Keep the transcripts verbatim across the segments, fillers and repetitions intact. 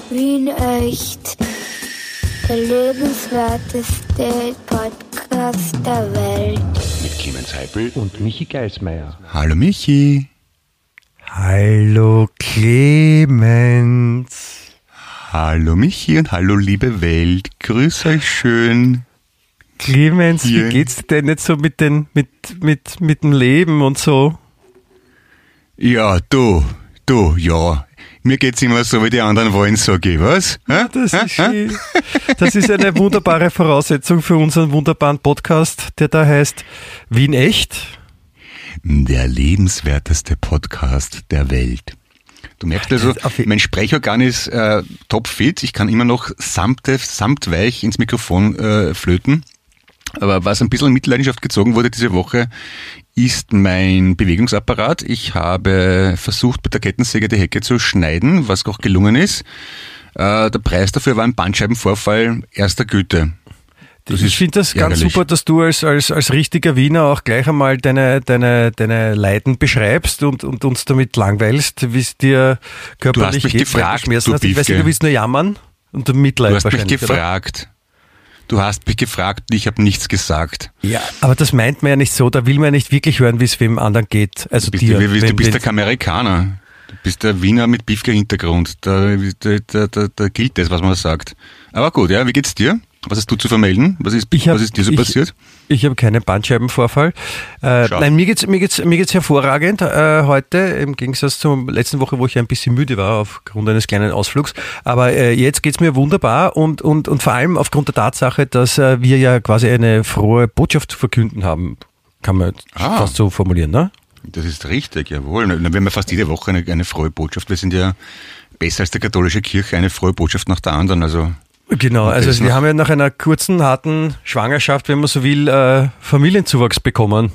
Wien echt. Der lebenswerteste Podcast der Welt. Mit Clemens Heipel und Michi Geismeier. Hallo Michi. Hallo Clemens. Hallo Michi und hallo liebe Welt. Grüß euch schön. Clemens, Hier. Wie geht's dir denn jetzt so mit, den, mit, mit, mit dem Leben und so? Ja, du, du, ja. Mir geht's immer so, wie die anderen wollen, sag ich, was? Hä? Das Hä? ist, schön. Das ist eine wunderbare Voraussetzung für unseren wunderbaren Podcast, der da heißt Wien echt. Der lebenswerteste Podcast der Welt. Du merkst also, mein Sprechorgan ist äh, topfit. Ich kann immer noch samte, samtweich ins Mikrofon äh, flöten. Aber was ein bisschen in Mitleidenschaft gezogen wurde diese Woche, ist mein Bewegungsapparat. Ich habe versucht, mit der Kettensäge die Hecke zu schneiden, was auch gelungen ist. Äh, der Preis dafür war ein Bandscheibenvorfall erster Güte. Das ich finde das ärgerlich. ganz super, dass du als, als, als richtiger Wiener auch gleich einmal deine, deine, deine Leiden beschreibst und, und uns damit langweilst, wie es dir körperlich Du hast mich geht. gefragt, du du Ich weiß nicht, du willst nur jammern und du Mitleid Du hast mich wahrscheinlich, gefragt. Oder? Du hast mich gefragt, ich habe nichts gesagt. Ja, aber das meint man ja nicht so, da will man ja nicht wirklich hören, wie es wem anderen geht. Also du bist, dir. Du, du wenn, bist der Amerikaner. Du bist der Wiener mit Bifke-Hintergrund. Da, da, da, da, da gilt das, was man sagt. Aber gut, ja, wie geht's dir? Was hast du zu vermelden? Was ist, hab, was ist dir so ich, passiert? Ich habe keinen Bandscheibenvorfall. Äh, nein, mir geht's mir geht's mir geht's hervorragend äh, heute, im Gegensatz zur letzten Woche, wo ich ein bisschen müde war aufgrund eines kleinen Ausflugs. Aber äh, jetzt geht's mir wunderbar und und und vor allem aufgrund der Tatsache, dass äh, wir ja quasi eine frohe Botschaft zu verkünden haben, kann man Ah. fast so formulieren, ne? Das ist richtig, jawohl. Dann haben wir fast jede Woche eine, eine frohe Botschaft. Wir sind ja besser als die katholische Kirche, eine frohe Botschaft nach der anderen. Also Genau, also wir haben ja nach einer kurzen, harten Schwangerschaft, wenn man so will, äh, Familienzuwachs bekommen.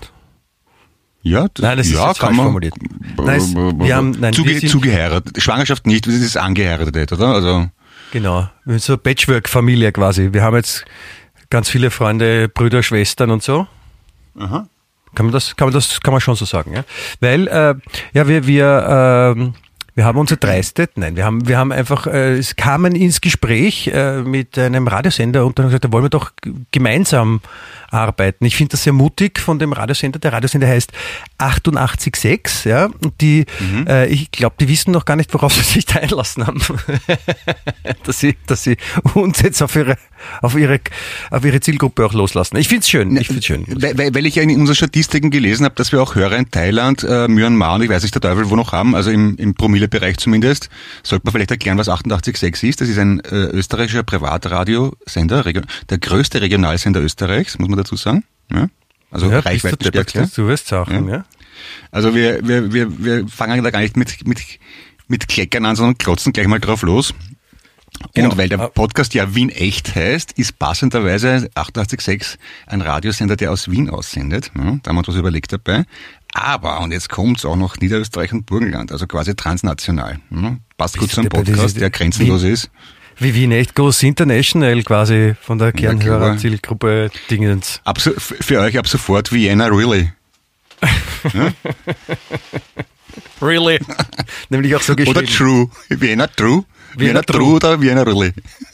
Ja, das, Nein, das ist ja, jetzt kann falsch man. formuliert. Nein, es, wir haben, nein, Zuge, wir sind, zugeheiratet. Schwangerschaft nicht, das ist angeheiratet, oder? Also Genau, wir sind so eine Patchwork-Familie quasi. Wir haben jetzt ganz viele Freunde, Brüder, Schwestern und so. Aha. Kann man das, kann man das, kann man schon so sagen, ja? Weil, äh, ja, wir, wir, ähm, wir haben uns erdreistet, nein, wir haben, wir haben einfach, äh, es kamen ins Gespräch äh, mit einem Radiosender und dann haben wir gesagt, da wollen wir doch g- gemeinsam arbeiten. Ich finde das sehr mutig von dem Radiosender. Der Radiosender heißt achtundachtzig Komma sechs, ja, und die, Mhm. äh, ich glaube, die wissen noch gar nicht, worauf sie sich da einlassen haben. dass sie, dass sie uns jetzt auf ihre, auf ihre, auf ihre Zielgruppe auch loslassen. Ich finde es schön, ich finde es schön. Weil, weil weil ich ja in unseren Statistiken gelesen habe, dass wir auch Hörer in Thailand, äh, Myanmar und ich weiß nicht der Teufel wo noch haben, also im, im Promillebereich zumindest. Sollte man vielleicht erklären, was achtundachtzig Komma sechs ist. Das ist ein äh, österreichischer Privatradiosender, Regio- der größte Regionalsender Österreichs, muss man dazu sagen. Ja? Also Ja, Reichweitenstärkste. du wirst sagen, ja. Also wir, wir, wir, wir fangen da gar nicht mit, mit, mit Kleckern an, sondern klotzen gleich mal drauf los. Genau. Und weil der Podcast ja Wien echt heißt, ist passenderweise achtundachtzig Komma sechs ein Radiosender, der aus Wien aussendet. Ja, da haben wir uns was überlegt dabei. Aber, und jetzt kommt's auch noch Niederösterreich und Burgenland, also quasi transnational. Ja, passt gut zu einem Podcast, der grenzenlos ist. Wie Wien echt groß international quasi von der klar. Kernhörer-Zielgruppe Dingens. Ab so, f- für euch ab sofort Vienna Really. Ja? Really? Nämlich auch so geschrieben. Oder True. Vienna True. Vienna Vienna True oder Vienna Really.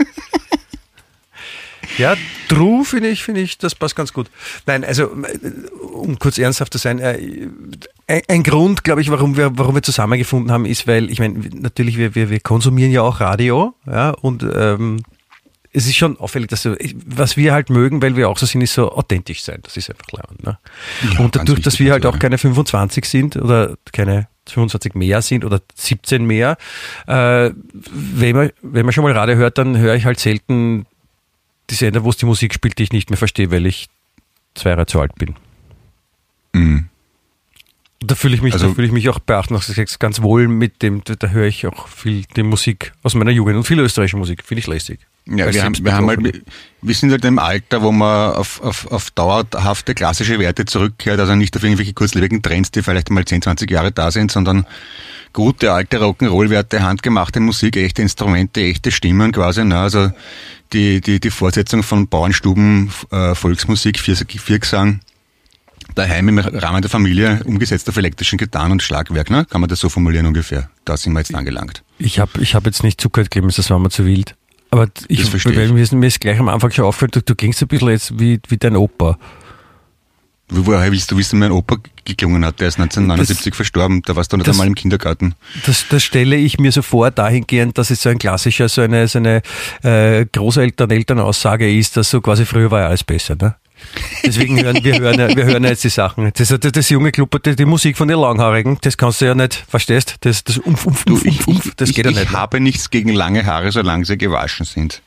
Ja, True finde ich, finde ich, das passt ganz gut. Nein, also um kurz ernsthaft zu sein, äh, ein, ein Grund, glaube ich, warum wir, warum wir zusammengefunden haben, ist, weil ich meine, natürlich wir, wir, wir konsumieren ja auch Radio, ja, und ähm, es ist schon auffällig, dass so, was wir halt mögen, weil wir auch so sind, ist so authentisch sein. Das ist einfach klar. Ne? Ja, und dadurch, ganz dass wichtig, wir halt also, auch keine fünfundzwanzig sind oder keine fünfundzwanzig mehr sind oder siebzehn mehr, äh, wenn man, wenn man schon mal Radio hört, dann höre ich halt selten die Sender, wo es die Musik spielt, die ich nicht mehr verstehe, weil ich zwei Jahre zu alt bin. Mhm. Da fühle ich mich, Also- da fühle ich mich auch bei achtundachtzig Komma sechs ganz wohl mit dem, da, da höre ich auch viel die Musik aus meiner Jugend und viel österreichische Musik, finde ich lässig. Ja, Als wir haben, wir haben halt, Selbstbetroffener. wir sind halt im Alter, wo man auf, auf, auf dauerhafte klassische Werte zurückkehrt, also nicht auf irgendwelche kurzlebigen Trends, die vielleicht mal zehn, zwanzig Jahre da sind, sondern gute alte Rock'n'Roll-Werte, handgemachte Musik, echte Instrumente, echte Stimmen quasi, ne? Also die, die, die Fortsetzung von Bauernstuben, äh, Volksmusik, Vier, Viergesang, daheim im Rahmen der Familie umgesetzt auf elektrischen Gitarren und Schlagwerk, ne? Kann man das so formulieren ungefähr? Da sind wir jetzt angelangt. Ich habe ich hab jetzt nicht zugehört, Clemens, das war mir zu wild. Aber ich, weil mir, ist, mir ist gleich am Anfang schon aufgefallen, du, du klingst ein bisschen jetzt wie, wie dein Opa. Woher willst du wissen, mein Opa geklungen hat? Der ist neunzehnhundertneunundsiebzig das, verstorben, da warst du nicht das, einmal im Kindergarten. Das, das stelle ich mir so vor, dahingehend, dass es so ein klassischer, so eine, so eine äh, Großeltern-Eltern-Aussage ist, dass so quasi früher war ja alles besser, ne? Deswegen hören wir hören, wir hören jetzt die Sachen. Das, das, das junge Klupperte, die Musik von den Langhaarigen, das kannst du ja nicht, verstehst? Das, das umf, umf, umf, umf, umf, das ich, geht ja ich nicht. Ich habe nichts gegen lange Haare, solange sie gewaschen sind.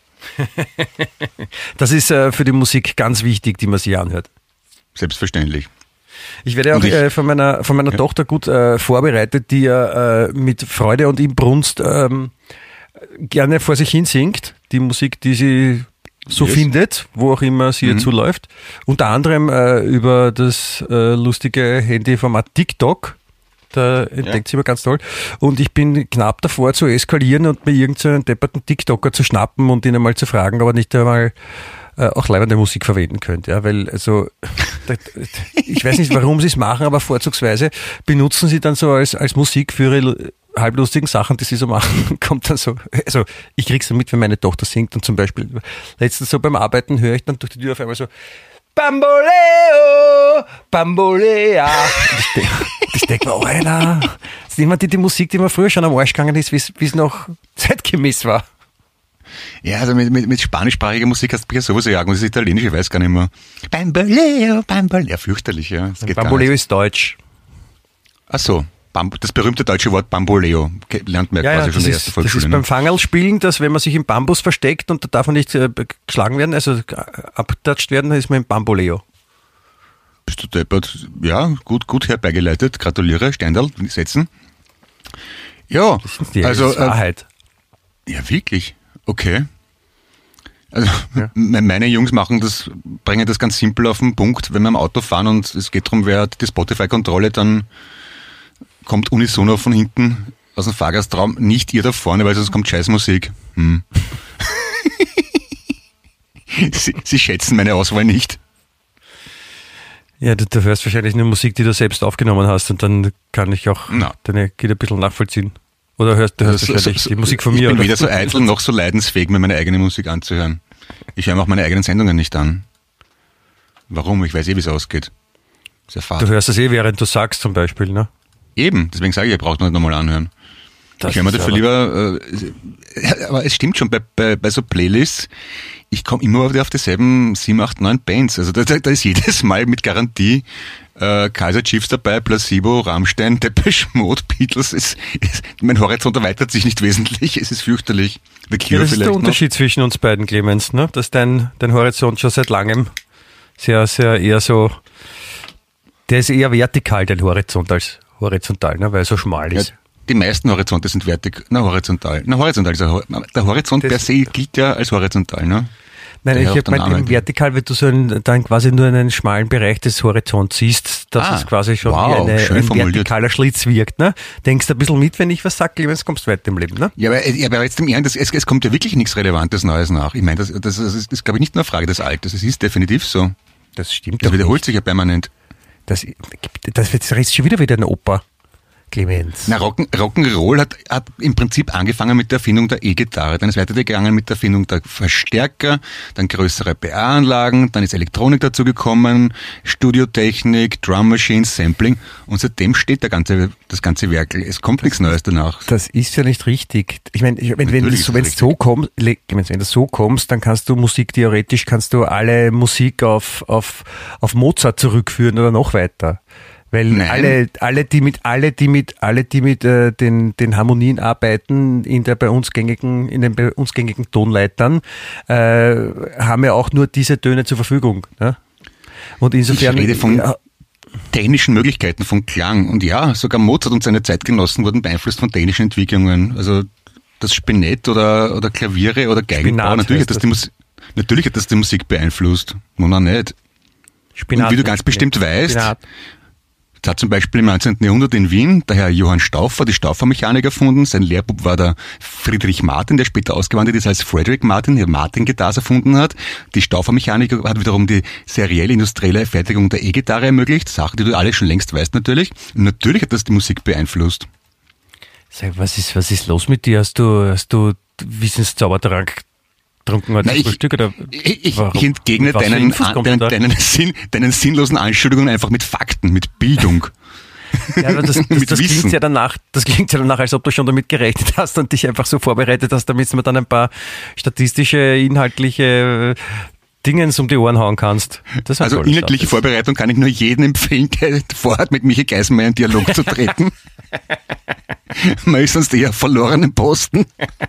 Das ist äh, für die Musik ganz wichtig, die man sich anhört. Selbstverständlich. Ich werde auch ich, äh, von meiner, von meiner ja. Tochter gut äh, vorbereitet, die ja äh, mit Freude und Inbrunst ähm, gerne vor sich hin singt. Die Musik, die sie so yes. findet, wo auch immer sie ihr mhm. zuläuft. Unter anderem äh, über das äh, lustige Handyformat TikTok. Da entdeckt ja. sie immer ganz toll. Und ich bin knapp davor zu eskalieren und mir irgendeinen depperten TikToker zu schnappen und ihn einmal zu fragen, aber nicht einmal äh, auch leibende Musik verwenden könnte. Ja, weil, also, da, ich weiß nicht, warum sie es machen, aber vorzugsweise benutzen sie dann so als, als Musik für ihre halblustigen Sachen, die sie so machen, kommt dann so, also ich krieg's dann mit, wenn meine Tochter singt und zum Beispiel letztens so beim Arbeiten höre ich dann durch die Tür auf einmal so Bamboleo, Bambolea. Und ich denke mir, oh, Alter, das ist immer die, die Musik, die mir früher schon am Arsch gegangen ist, wie es noch zeitgemäß war. Ja, also mit, mit, mit spanischsprachiger Musik hast du ja sowieso jagen, das ist italienisch, ich weiß gar nicht mehr. Bamboleo, Bamboleo, ja, fürchterlich, ja. Bamboleo ist deutsch. Ach so. Das berühmte deutsche Wort Bamboleo lernt man ja, ja quasi ja, schon in der ersten Volksschule. Das ist beim Fangerlspielen, dass wenn man sich im Bambus versteckt und da darf man nicht äh, geschlagen werden, also abgetatscht werden, dann ist man im Bamboleo. Bist du deppert? Ja, gut, gut herbeigeleitet. Gratuliere, Steindl, setzen. Ja, das ist die also, Wahrheit. Äh, ja, wirklich. Okay. Also ja. meine Jungs machen das, bringen das ganz simpel auf den Punkt, wenn wir im Auto fahren und es geht darum, wer hat die Spotify-Kontrolle, dann kommt unisono von hinten aus dem Fahrgastraum, nicht ihr da vorne, weil sonst kommt Scheißmusik. Hm. sie, sie schätzen meine Auswahl nicht. Ja, du, du hörst wahrscheinlich eine Musik, die du selbst aufgenommen hast und dann kann ich auch no. deine Gitter ein bisschen nachvollziehen. Oder hörst du hörst also, wahrscheinlich so, so, die Musik von mir? Ich bin oder? weder so eitel noch so leidensfähig, mir meine eigene Musik anzuhören. Ich höre mir auch meine eigenen Sendungen nicht an. Warum? Ich weiß eh, wie es ausgeht. Sehr fad. Du hörst das eh, während du sagst zum Beispiel, ne? Eben, deswegen sage ich, ihr braucht noch nicht nochmal anhören. Das ich höre mir dafür lieber, äh, aber es stimmt schon, bei, bei, bei so Playlists, ich komme immer wieder auf dieselben sieben, acht, neun Bands. Also da, da ist jedes Mal mit Garantie äh, Kaiser Chiefs dabei, Placebo, Rammstein, Depeche Mode, Beatles. Es, es, mein Horizont erweitert sich nicht wesentlich, es ist fürchterlich. The Cure ja, das ist der Unterschied noch. Zwischen uns beiden, Clemens, ne? Dass dein, dein Horizont schon seit langem sehr, sehr eher so, der ist eher vertikal, dein Horizont, als horizontal, ne, weil er so schmal ist. Ja, die meisten Horizonte sind vertikal, na horizontal. Na horizontal ist er, der Horizont das per se gilt ja als horizontal, ne? Nein, ich habe gemeint, vertikal, wenn du so einen, dann quasi nur einen schmalen Bereich des Horizonts siehst, dass ah, es quasi schon wow, wie eine, ein vertikaler Schlitz wirkt, ne? Denkst ein bisschen mit, wenn ich was sage, Clemens, kommst weiter im Leben, ne? Ja, aber, ja, aber jetzt im Ernst, es, es kommt ja wirklich nichts Relevantes Neues nach. Ich meine, das, das, das, ist, das ist, glaube ich, nicht nur eine Frage des Alters, es ist definitiv so. Das stimmt. Das wiederholt nicht. sich ja permanent. Das, das, das ist schon wieder wieder eine Oper. Clemens. Na, Rock'n, Rock'n'Roll hat, hat im Prinzip angefangen mit der Erfindung der E-Gitarre, dann ist weitergegangen mit der Erfindung der Verstärker, dann größere P A-Anlagen, dann ist Elektronik dazu gekommen, Studiotechnik, Drum Machines, Sampling und seitdem steht der ganze, das ganze Werk. Es kommt das nichts Neues danach. Das ist ja nicht richtig. Ich meine, wenn, wenn du so, so kommst, wenn du so kommst, dann kannst du Musik theoretisch, kannst du alle Musik auf, auf, auf Mozart zurückführen oder noch weiter. Weil Nein. alle, alle, die mit, alle, die mit, alle, die mit äh, den, den Harmonien arbeiten in der bei uns gängigen, in den bei uns gängigen Tonleitern, äh, haben ja auch nur diese Töne zur Verfügung. Ne? Und insofern. Ich rede von ja, technischen Möglichkeiten von Klang. Und ja, sogar Mozart und seine Zeitgenossen wurden beeinflusst von technischen Entwicklungen. Also das Spinett oder, oder Klaviere oder Geigenbau. Natürlich hat das, das. Die Musik, natürlich hat das die Musik beeinflusst. Nun auch nicht. Spinat, und wie du ganz bestimmt weißt, Spinat. Das hat zum Beispiel im neunzehnten. Jahrhundert in Wien der Herr Johann Stauffer, die Stauffermechanik erfunden. Sein Lehrbub war der Friedrich Martin, der später ausgewandert ist als Frederick Martin, der Martin-Gitarre erfunden hat. Die Stauffermechanik hat wiederum die serielle industrielle Fertigung der E-Gitarre ermöglicht. Sache, die du alle schon längst weißt natürlich. Und natürlich hat das die Musik beeinflusst. Sag, was ist, was ist los mit dir? Hast du, hast du Wissenszaubertrank getrunken heute zum Frühstück? Oder ich, ich, ich entgegne deinen, deinen, deinen, Sinn, deinen sinnlosen Anschuldigungen einfach mit Fakten, mit Bildung. Ja, aber das, das, das klingt ja danach, das klingt ja danach, als ob du schon damit gerechnet hast und dich einfach so vorbereitet hast, damit du mir dann ein paar statistische, inhaltliche Dingens um die Ohren hauen kannst. Das also inhaltliche Vorbereitung kann ich nur jedem empfehlen, der vorhat, mit Michi Geisenmeyer in Dialog zu treten. Man ist sonst eher verlorenen Posten.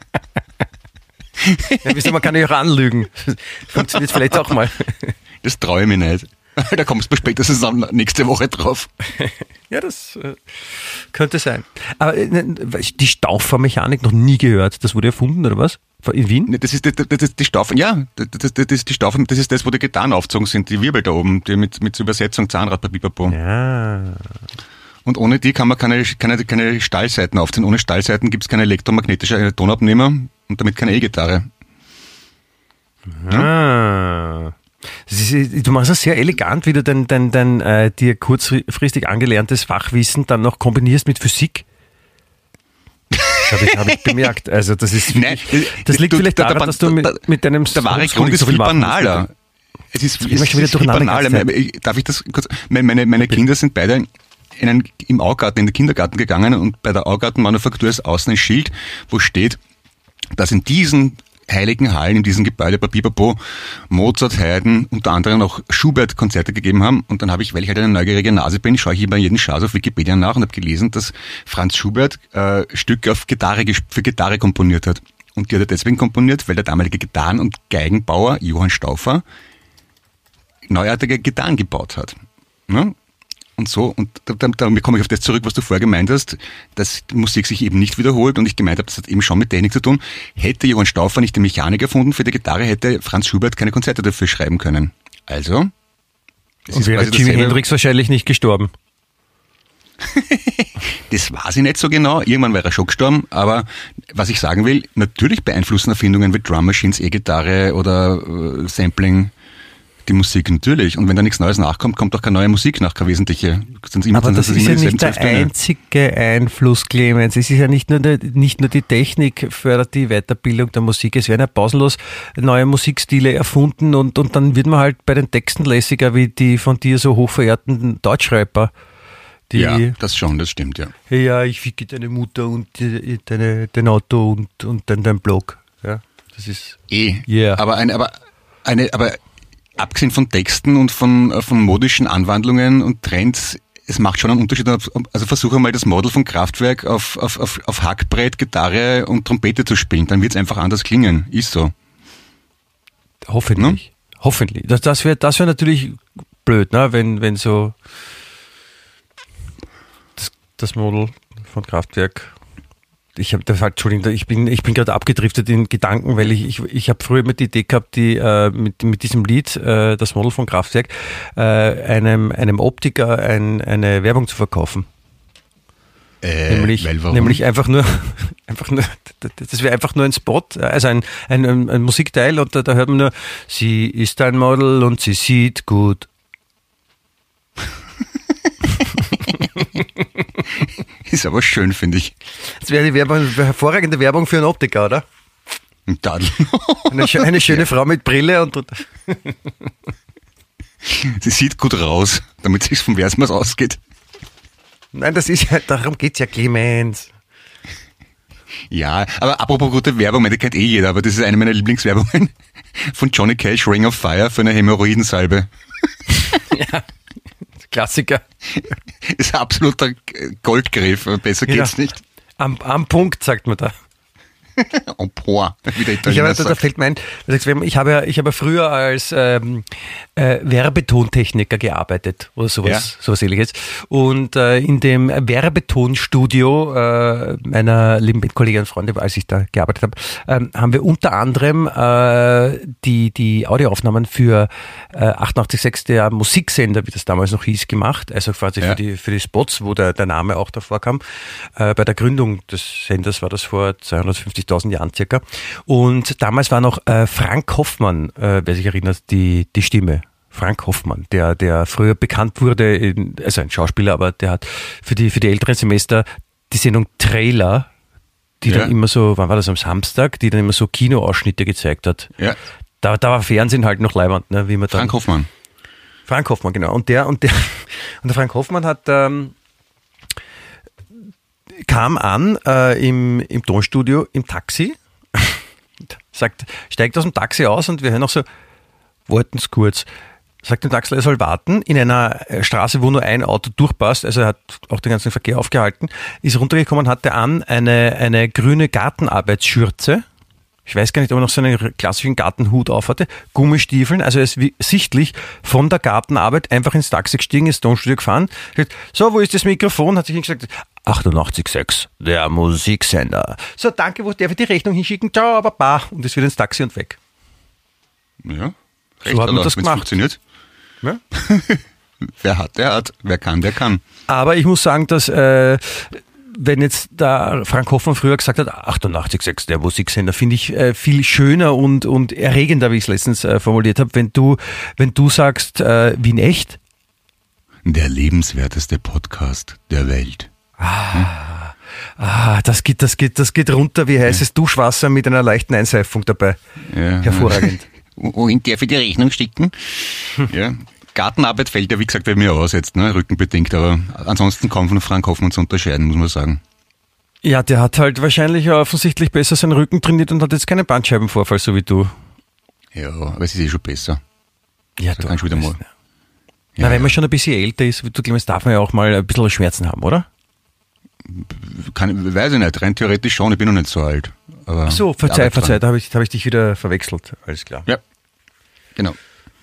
Ja, wieso, man kann ja auch anlügen. Funktioniert vielleicht auch mal. Das traue ich mir nicht. Da kommst du spätestens dann nächste Woche drauf. Ja, das äh, könnte sein. Aber äh, die Stauffermechanik noch nie gehört. Das wurde erfunden, oder was? In Wien? Das ist, das, das ist die Staufer, ja, das, das, das, ist die Staufer, das ist das, wo die Gitarren aufgezogen sind, die Wirbel da oben, die mit, mit Übersetzung Zahnrad, Papipapo. Ja. Und ohne die kann man keine, keine, keine Stahlseiten aufziehen. Ohne Stahlseiten gibt es keine elektromagnetische Tonabnehmer und damit keine E-Gitarre. Ah. Ja? Du machst es sehr elegant, wie du dein, dein, dein äh, dir kurzfristig angelerntes Fachwissen dann noch kombinierst mit Physik. Das habe ich, hab ich bemerkt. Also das ist, Nein, das liegt du, vielleicht daran, da, dass du mit, mit deinem Der wahre Grund ist so viel banaler. Es ist, es ist, ist viel banaler. Darf ich das kurz? Meine, meine Kinder sind beide in einen, im Augarten, in den Kindergarten gegangen und bei der Augartenmanufaktur ist außen ein Schild, wo steht, dass in diesen heiligen Hallen, in diesem Gebäude Papipapo, Mozart, Haydn, unter anderem auch Schubert-Konzerte gegeben haben. Und dann habe ich, weil ich halt eine neugierige Nase bin, schaue ich immer jeden Schatz auf Wikipedia nach und habe gelesen, dass Franz Schubert äh, Stücke auf Gitarre, für Gitarre komponiert hat. Und die hat er deswegen komponiert, weil der damalige Gitarren- und Geigenbauer Johann Stauffer neuartige Gitarren gebaut hat. Ja? Und so, und da, da, da komme ich auf das zurück, was du vorher gemeint hast, dass die Musik sich eben nicht wiederholt und ich gemeint habe, das hat eben schon mit Technik zu tun. Hätte Johann Stauffer nicht die Mechanik erfunden für die Gitarre, hätte Franz Schubert keine Konzerte dafür schreiben können. Also. Und wäre Jimi Hendrix wahrscheinlich nicht gestorben. Das weiß ich nicht so genau. Irgendwann wäre er schon gestorben, aber was ich sagen will, natürlich beeinflussen Erfindungen wie Drum Machines, E-Gitarre oder äh, Sampling die Musik, natürlich. Und wenn da nichts Neues nachkommt, kommt auch keine neue Musik nach, keine wesentliche. Immer aber das, das ist ja nicht der einzige Einfluss, Clemens. Es ist ja nicht nur, der, nicht nur die Technik fördert die Weiterbildung der Musik. Es werden ja pausenlos neue Musikstile erfunden und, und dann wird man halt bei den Texten lässiger wie die von dir so hochverehrten Deutschrapper. Die, ja, das schon, das stimmt, ja. Ja, ich ficke deine Mutter und die, deine, dein Auto und, und dann dein Blog. Ja, das ist... Eh, yeah. aber eine, aber eine, aber abgesehen von Texten und von, von modischen Anwandlungen und Trends, es macht schon einen Unterschied. Also versuche mal das Model von Kraftwerk auf, auf, auf, auf Hackbrett, Gitarre und Trompete zu spielen. Dann wird es einfach anders klingen. Ist so. Hoffentlich. Ne? Hoffentlich. Das, das wäre das wär natürlich blöd, ne? wenn, wenn so das, das Model von Kraftwerk... Ich habe Entschuldigung, ich bin ich bin gerade abgedriftet in Gedanken, weil ich ich, ich habe früher mit die Idee gehabt, die äh, mit mit diesem Lied, äh, das Model von Kraftwerk, äh, einem einem Optiker ein, eine Werbung zu verkaufen. Äh, nämlich nämlich einfach nur einfach nur das wäre einfach nur ein Spot, also ein ein, ein, ein Musikteil und da, da hört man nur: Sie ist ein Model und sie sieht gut. Ist aber schön, finde ich. Das wäre die Werbung, eine hervorragende Werbung für einen Optiker, oder? Dann. Eine, eine schöne ja. Frau mit Brille und... Sie sieht gut raus, damit es sich vom Versmaß ausgeht. Nein, das ist ja, darum geht's ja, Clemens. Ja, aber apropos gute Werbung, meine kennt eh jeder, aber das ist eine meiner Lieblingswerbungen von Johnny Cash, Ring of Fire, für eine Hämorrhoidensalbe. Ja. Klassiker. Ist ein absoluter Goldgriff, besser geht's ja. nicht. Am, am Punkt, sagt man da. En point, wie der Ich habe, da fällt mir ein, ich habe ja, ich habe früher als ähm, äh, Werbetontechniker gearbeitet oder sowas, ja. sowas ähnliches. Und äh, in dem Werbetonstudio äh, meiner lieben Kollegin und Freunde, als ich da gearbeitet habe, ähm, haben wir unter anderem äh, die, die Audioaufnahmen für äh, achtundachtzig Komma sechs, der Musiksender, wie das damals noch hieß, gemacht. Also quasi ja. für die für die Spots, wo der, der Name auch davor kam. Äh, bei der Gründung des Senders war das vor zweihundertfünfzigtausend Jahren circa. Und damals war noch äh, Frank Hoffmann, äh, wer sich erinnert, die, die Stimme. Frank Hoffmann, der, der früher bekannt wurde, in, also ein Schauspieler, aber der hat für die, für die älteren Semester die Sendung Trailer, die ja. dann immer so, wann war das, am Samstag, die dann immer so Kinoausschnitte gezeigt hat. Ja. Da, da war Fernsehen halt noch leibend, ne, wie man dann. Frank Hoffmann. Frank Hoffmann, genau. Und der, und der, und der Frank Hoffmann hat, ähm, kam an äh, im, im Tonstudio im Taxi, sagt, steigt aus dem Taxi aus und wir hören noch so, warten Sie kurz, sagt dem Taxler, er soll warten in einer Straße, wo nur ein Auto durchpasst, also er hat auch den ganzen Verkehr aufgehalten, ist runtergekommen, hatte an eine, eine grüne Gartenarbeitsschürze, ich weiß gar nicht, ob er noch so einen klassischen Gartenhut auf hatte, Gummistiefeln, also er ist wie sichtlich von der Gartenarbeit einfach ins Taxi gestiegen, ins Tonstudio gefahren, sagt, so, wo ist das Mikrofon? Hat sich hingesagt, achtundachtzig Komma sechs, der Musiksender. So, danke, wo darf ich die Rechnung hinschicken? Ciao, baba. Und ist wieder ins Taxi und weg. Ja, so hat man das gemacht. Funktioniert. Ja? Wer hat, der hat. Wer kann, der kann. Aber ich muss sagen, dass äh, wenn jetzt da Frank Hoffmann früher gesagt hat, achtundachtzig Komma sechs, der Musiksender, finde ich äh, viel schöner und, und erregender, wie ich es letztens äh, formuliert habe, wenn du, wenn du sagst, äh, Wien echt. Der lebenswerteste Podcast der Welt. Ah, hm? ah, das geht, das geht, das geht runter wie heißes ja. Duschwasser mit einer leichten Einseifung dabei. Ja. Hervorragend. Wohin darf ich die Rechnung schicken? Hm. Ja. Gartenarbeit fällt ja, wie gesagt, bei mir aus jetzt, ne? Rückenbedingt, aber ansonsten kaum von Frank Hoffmann zu unterscheiden, muss man sagen. Ja, der hat halt wahrscheinlich offensichtlich besser seinen Rücken trainiert und hat jetzt keinen Bandscheibenvorfall, so wie du. Ja, aber es ist eh schon besser. Ja, also du kannst wieder mal. Ja, Na, wenn man schon ein bisschen älter ist, du glaubst, darf man ja auch mal ein bisschen Schmerzen haben, oder? Kann, weiß ich nicht, rein theoretisch schon, ich bin noch nicht so alt. Aber Ach so, verzeih, verzeih, da habe ich, da hab ich dich wieder verwechselt, alles klar. Ja, genau.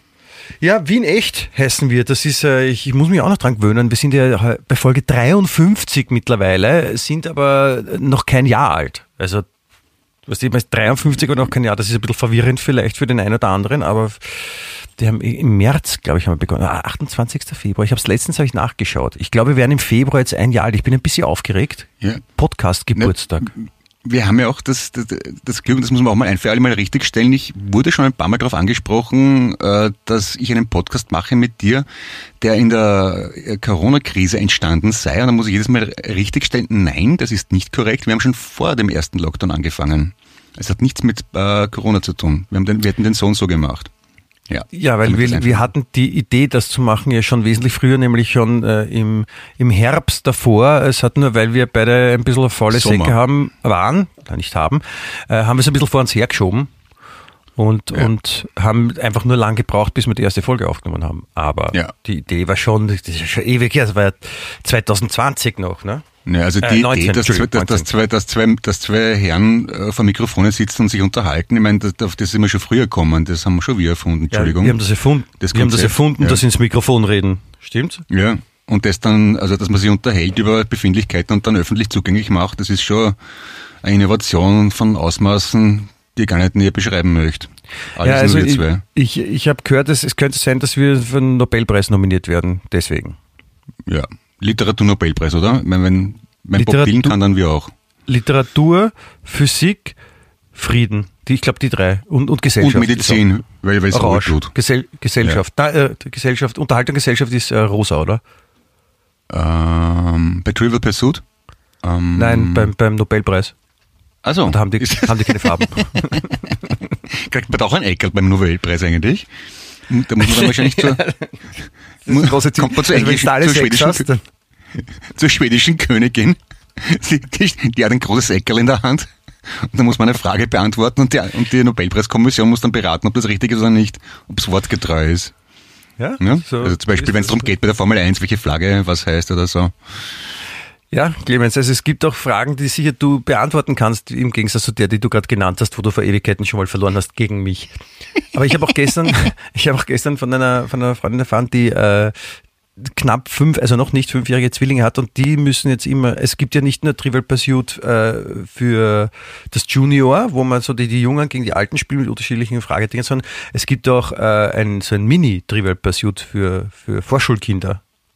Ja, Wien echt heißen wir, das ist, äh, ich, ich muss mich auch noch dran gewöhnen, wir sind ja bei Folge dreiundfünfzig mittlerweile, sind aber noch kein Jahr alt. Also, was ich meine, dreiundfünfzig und noch kein Jahr, das ist ein bisschen verwirrend vielleicht für den einen oder anderen, aber die haben im März, glaube ich, haben wir begonnen. achtundzwanzigster Februar. Ich habe es letztens habe ich nachgeschaut. Ich glaube, wir werden im Februar jetzt ein Jahr alt. Ich bin ein bisschen aufgeregt. Ja. Podcast-Geburtstag. Wir haben ja auch das, das, das Glück, das muss man auch mal ein für alle Mal richtig stellen. Ich wurde schon ein paar Mal darauf angesprochen, dass ich einen Podcast mache mit dir, der in der Corona-Krise entstanden sei. Und da muss ich jedes Mal richtig stellen, nein, das ist nicht korrekt. Wir haben schon vor dem ersten Lockdown angefangen. Es hat nichts mit äh, Corona zu tun. Wir, haben den, wir hätten den so und so gemacht. Ja, ja, weil wir, wir hatten die Idee, das zu machen, ja schon wesentlich früher, nämlich schon äh, im, im Herbst davor. Es hat nur, weil wir beide ein bisschen faule Sommer. Säcke haben, waren, nicht haben, äh, haben wir es ein bisschen vor uns hergeschoben und, ja. und haben einfach nur lang gebraucht, bis wir die erste Folge aufgenommen haben. Aber ja. die Idee war schon, das ist schon ewig her, das war ja zwanzig zwanzig noch, ne? Ja, also die äh, neunzehn, Idee, dass, dass, dass, zwei, dass, zwei, dass zwei Herren äh, vor Mikrofonen sitzen und sich unterhalten, ich meine, das, auf das sind wir schon früher gekommen, das haben wir schon wir erfunden, Entschuldigung. Ja, wir haben das erfunden, das wir haben das erfunden, ja. dass ins Mikrofon reden, stimmt? Ja, und das dann, also dass man sich unterhält über Befindlichkeiten und dann öffentlich zugänglich macht, das ist schon eine Innovation von Ausmaßen, die ich gar nicht näher beschreiben möchte. Alles ja, also nur wir zwei. Ich, ich, ich habe gehört, dass es könnte sein, dass wir für den Nobelpreis nominiert werden, deswegen. Ja, Literatur-Nobelpreis, oder? Ich meine, wenn Wenn Bob Dylan kann, dann wir auch. Literatur, Physik, Frieden. Die, ich glaube, die drei. Und, und Gesellschaft. Und Medizin, weil es auch tut. Gesell, Gesellschaft. Ja. Na, äh, Gesellschaft. Unterhaltung Gesellschaft ist äh, rosa, oder? Ähm, bei Trivial Pursuit? Ähm, Nein, beim, beim Nobelpreis. Also. Und da haben die, haben die keine Farben. Kriegt man da auch ein Eckerl beim Nobelpreis eigentlich? Da muss man dann wahrscheinlich zur, ja, kommt man zur, also englischen, zur schwedischen, hast, zur schwedischen Königin. Die, die, die hat ein großes Eckerl in der Hand. Und dann muss man eine Frage beantworten und die, und die Nobelpreiskommission muss dann beraten, ob das richtig ist oder nicht, ob es wortgetreu ist. Ja, ja? So also zum Beispiel, wenn es darum geht bei der Formel eins, welche Flagge was heißt oder so. Ja, Clemens, also es gibt auch Fragen, die sicher du beantworten kannst, im Gegensatz zu der, die du gerade genannt hast, wo du vor Ewigkeiten schon mal verloren hast gegen mich. Aber ich habe auch gestern, ich habe auch gestern von einer, von einer Freundin erfahren, die äh, knapp fünf, also noch nicht fünfjährige Zwillinge hat und die müssen jetzt immer, es gibt ja nicht nur Trivial Pursuit äh, für das Junior, wo man so die, die Jungen gegen die Alten spielen mit unterschiedlichen Fragedingen, sondern es gibt auch äh, ein, so ein Mini-Trivial Pursuit für, für Vorschulkinder.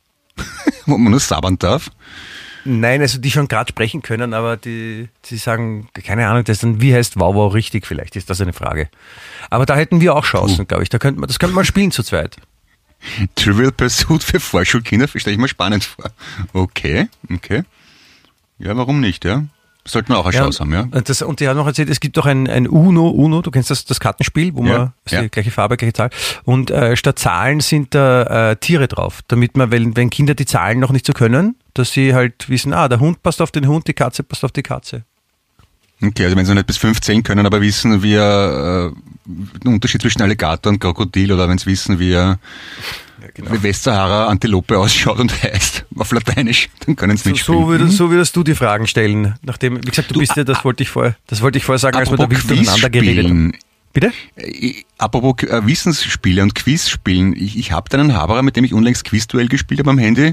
Wo man nur sabbern darf? Nein, also die schon gerade sprechen können, aber die, die sagen, keine Ahnung, das dann, wie heißt Wow Wow richtig, vielleicht ist das eine Frage. Aber da hätten wir auch Chancen, uh. glaube ich. Da könnte man, das könnte man spielen zu zweit. Trivial Pursuit für Vorschulkinder, stelle ich mir spannend vor. Okay, okay. Ja, warum nicht, ja? Sollten wir auch eine ja, Chance haben, ja. Das, und die hat noch erzählt, es gibt auch ein, ein Uno, Uno, du kennst das, das Kartenspiel, wo ja, man ja. die gleiche Farbe, gleiche Zahl. Und äh, statt Zahlen sind da äh, Tiere drauf, damit man, wenn, wenn Kinder die Zahlen noch nicht so können, dass sie halt wissen, ah, der Hund passt auf den Hund, die Katze passt auf die Katze. Okay, also wenn sie noch nicht bis fünfzehn können, aber wissen, wie äh, den Unterschied zwischen Alligator und Krokodil, oder wenn sie wissen, wie er ja, genau. wie Westsahara Antilope ausschaut und heißt auf Lateinisch, dann können sie nicht so, spielen. So würdest, so würdest du die Fragen stellen, nachdem, wie gesagt, du, du bist ja, das wollte ich vorher, das wollte ich vorher sagen, als wir da wild miteinander geredet haben. Bitte? Äh, apropos äh, Wissensspiele und Quizspielen, ich, ich habe da einen Haberer, mit dem ich unlängst Quizduell gespielt habe am Handy.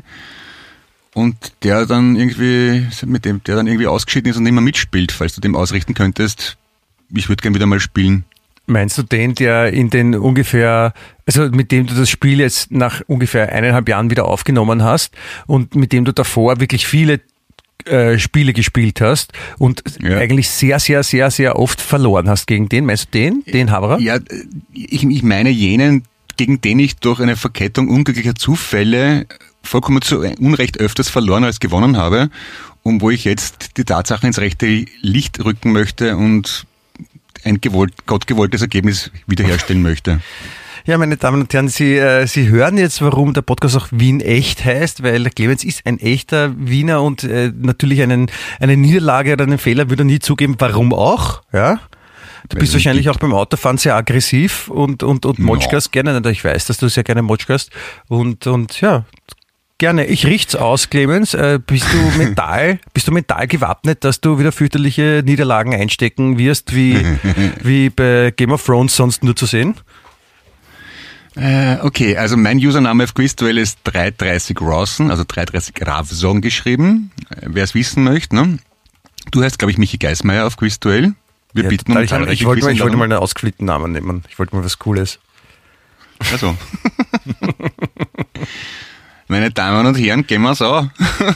Und der dann irgendwie, mit dem, der dann irgendwie ausgeschieden ist und nicht mehr mitspielt, falls du dem ausrichten könntest. Ich würde gerne wieder mal spielen. Meinst du den, der in den ungefähr, also mit dem du das Spiel jetzt nach ungefähr eineinhalb Jahren wieder aufgenommen hast und mit dem du davor wirklich viele äh, Spiele gespielt hast und ja. eigentlich sehr, sehr, sehr, sehr oft verloren hast gegen den? Meinst du den, den Haberer? Ja, ich, ich meine jenen, gegen den ich durch eine Verkettung unglücklicher Zufälle vollkommen zu Unrecht öfters verloren als gewonnen habe und wo ich jetzt die Tatsachen ins rechte Licht rücken möchte und ein gewollt, gottgewolltes Ergebnis wiederherstellen möchte. Ja, meine Damen und Herren, Sie, äh, Sie hören jetzt, warum der Podcast auch Wien echt heißt, weil der Clemens ist ein echter Wiener und äh, natürlich einen, eine Niederlage oder einen Fehler würde er nie zugeben. Warum auch? Ja. Du bist wahrscheinlich auch beim Autofahren sehr aggressiv und, und, und motschkast no. gerne. Ich weiß, dass du sehr gerne motschkast und, und ja, gerne. Ich richt's aus, Clemens. Äh, bist du mental, bist du mental gewappnet, dass du wieder fürchterliche Niederlagen einstecken wirst, wie, wie bei Game of Thrones sonst nur zu sehen? Äh, okay, also mein Username auf Quizduell ist drei dreißig Rawson, also drei dreißig Ravson geschrieben. Äh, Wer es wissen möchte, ne? Du heißt, glaube ich, Michi Geismeier auf Quizduell. Wir ja, bieten total, um ich, ich, wollte mal, ich wollte mal einen ausgeflippten Namen nehmen. Ich wollte mal was Cooles. Also. Meine Damen und Herren, gehen wir's auch.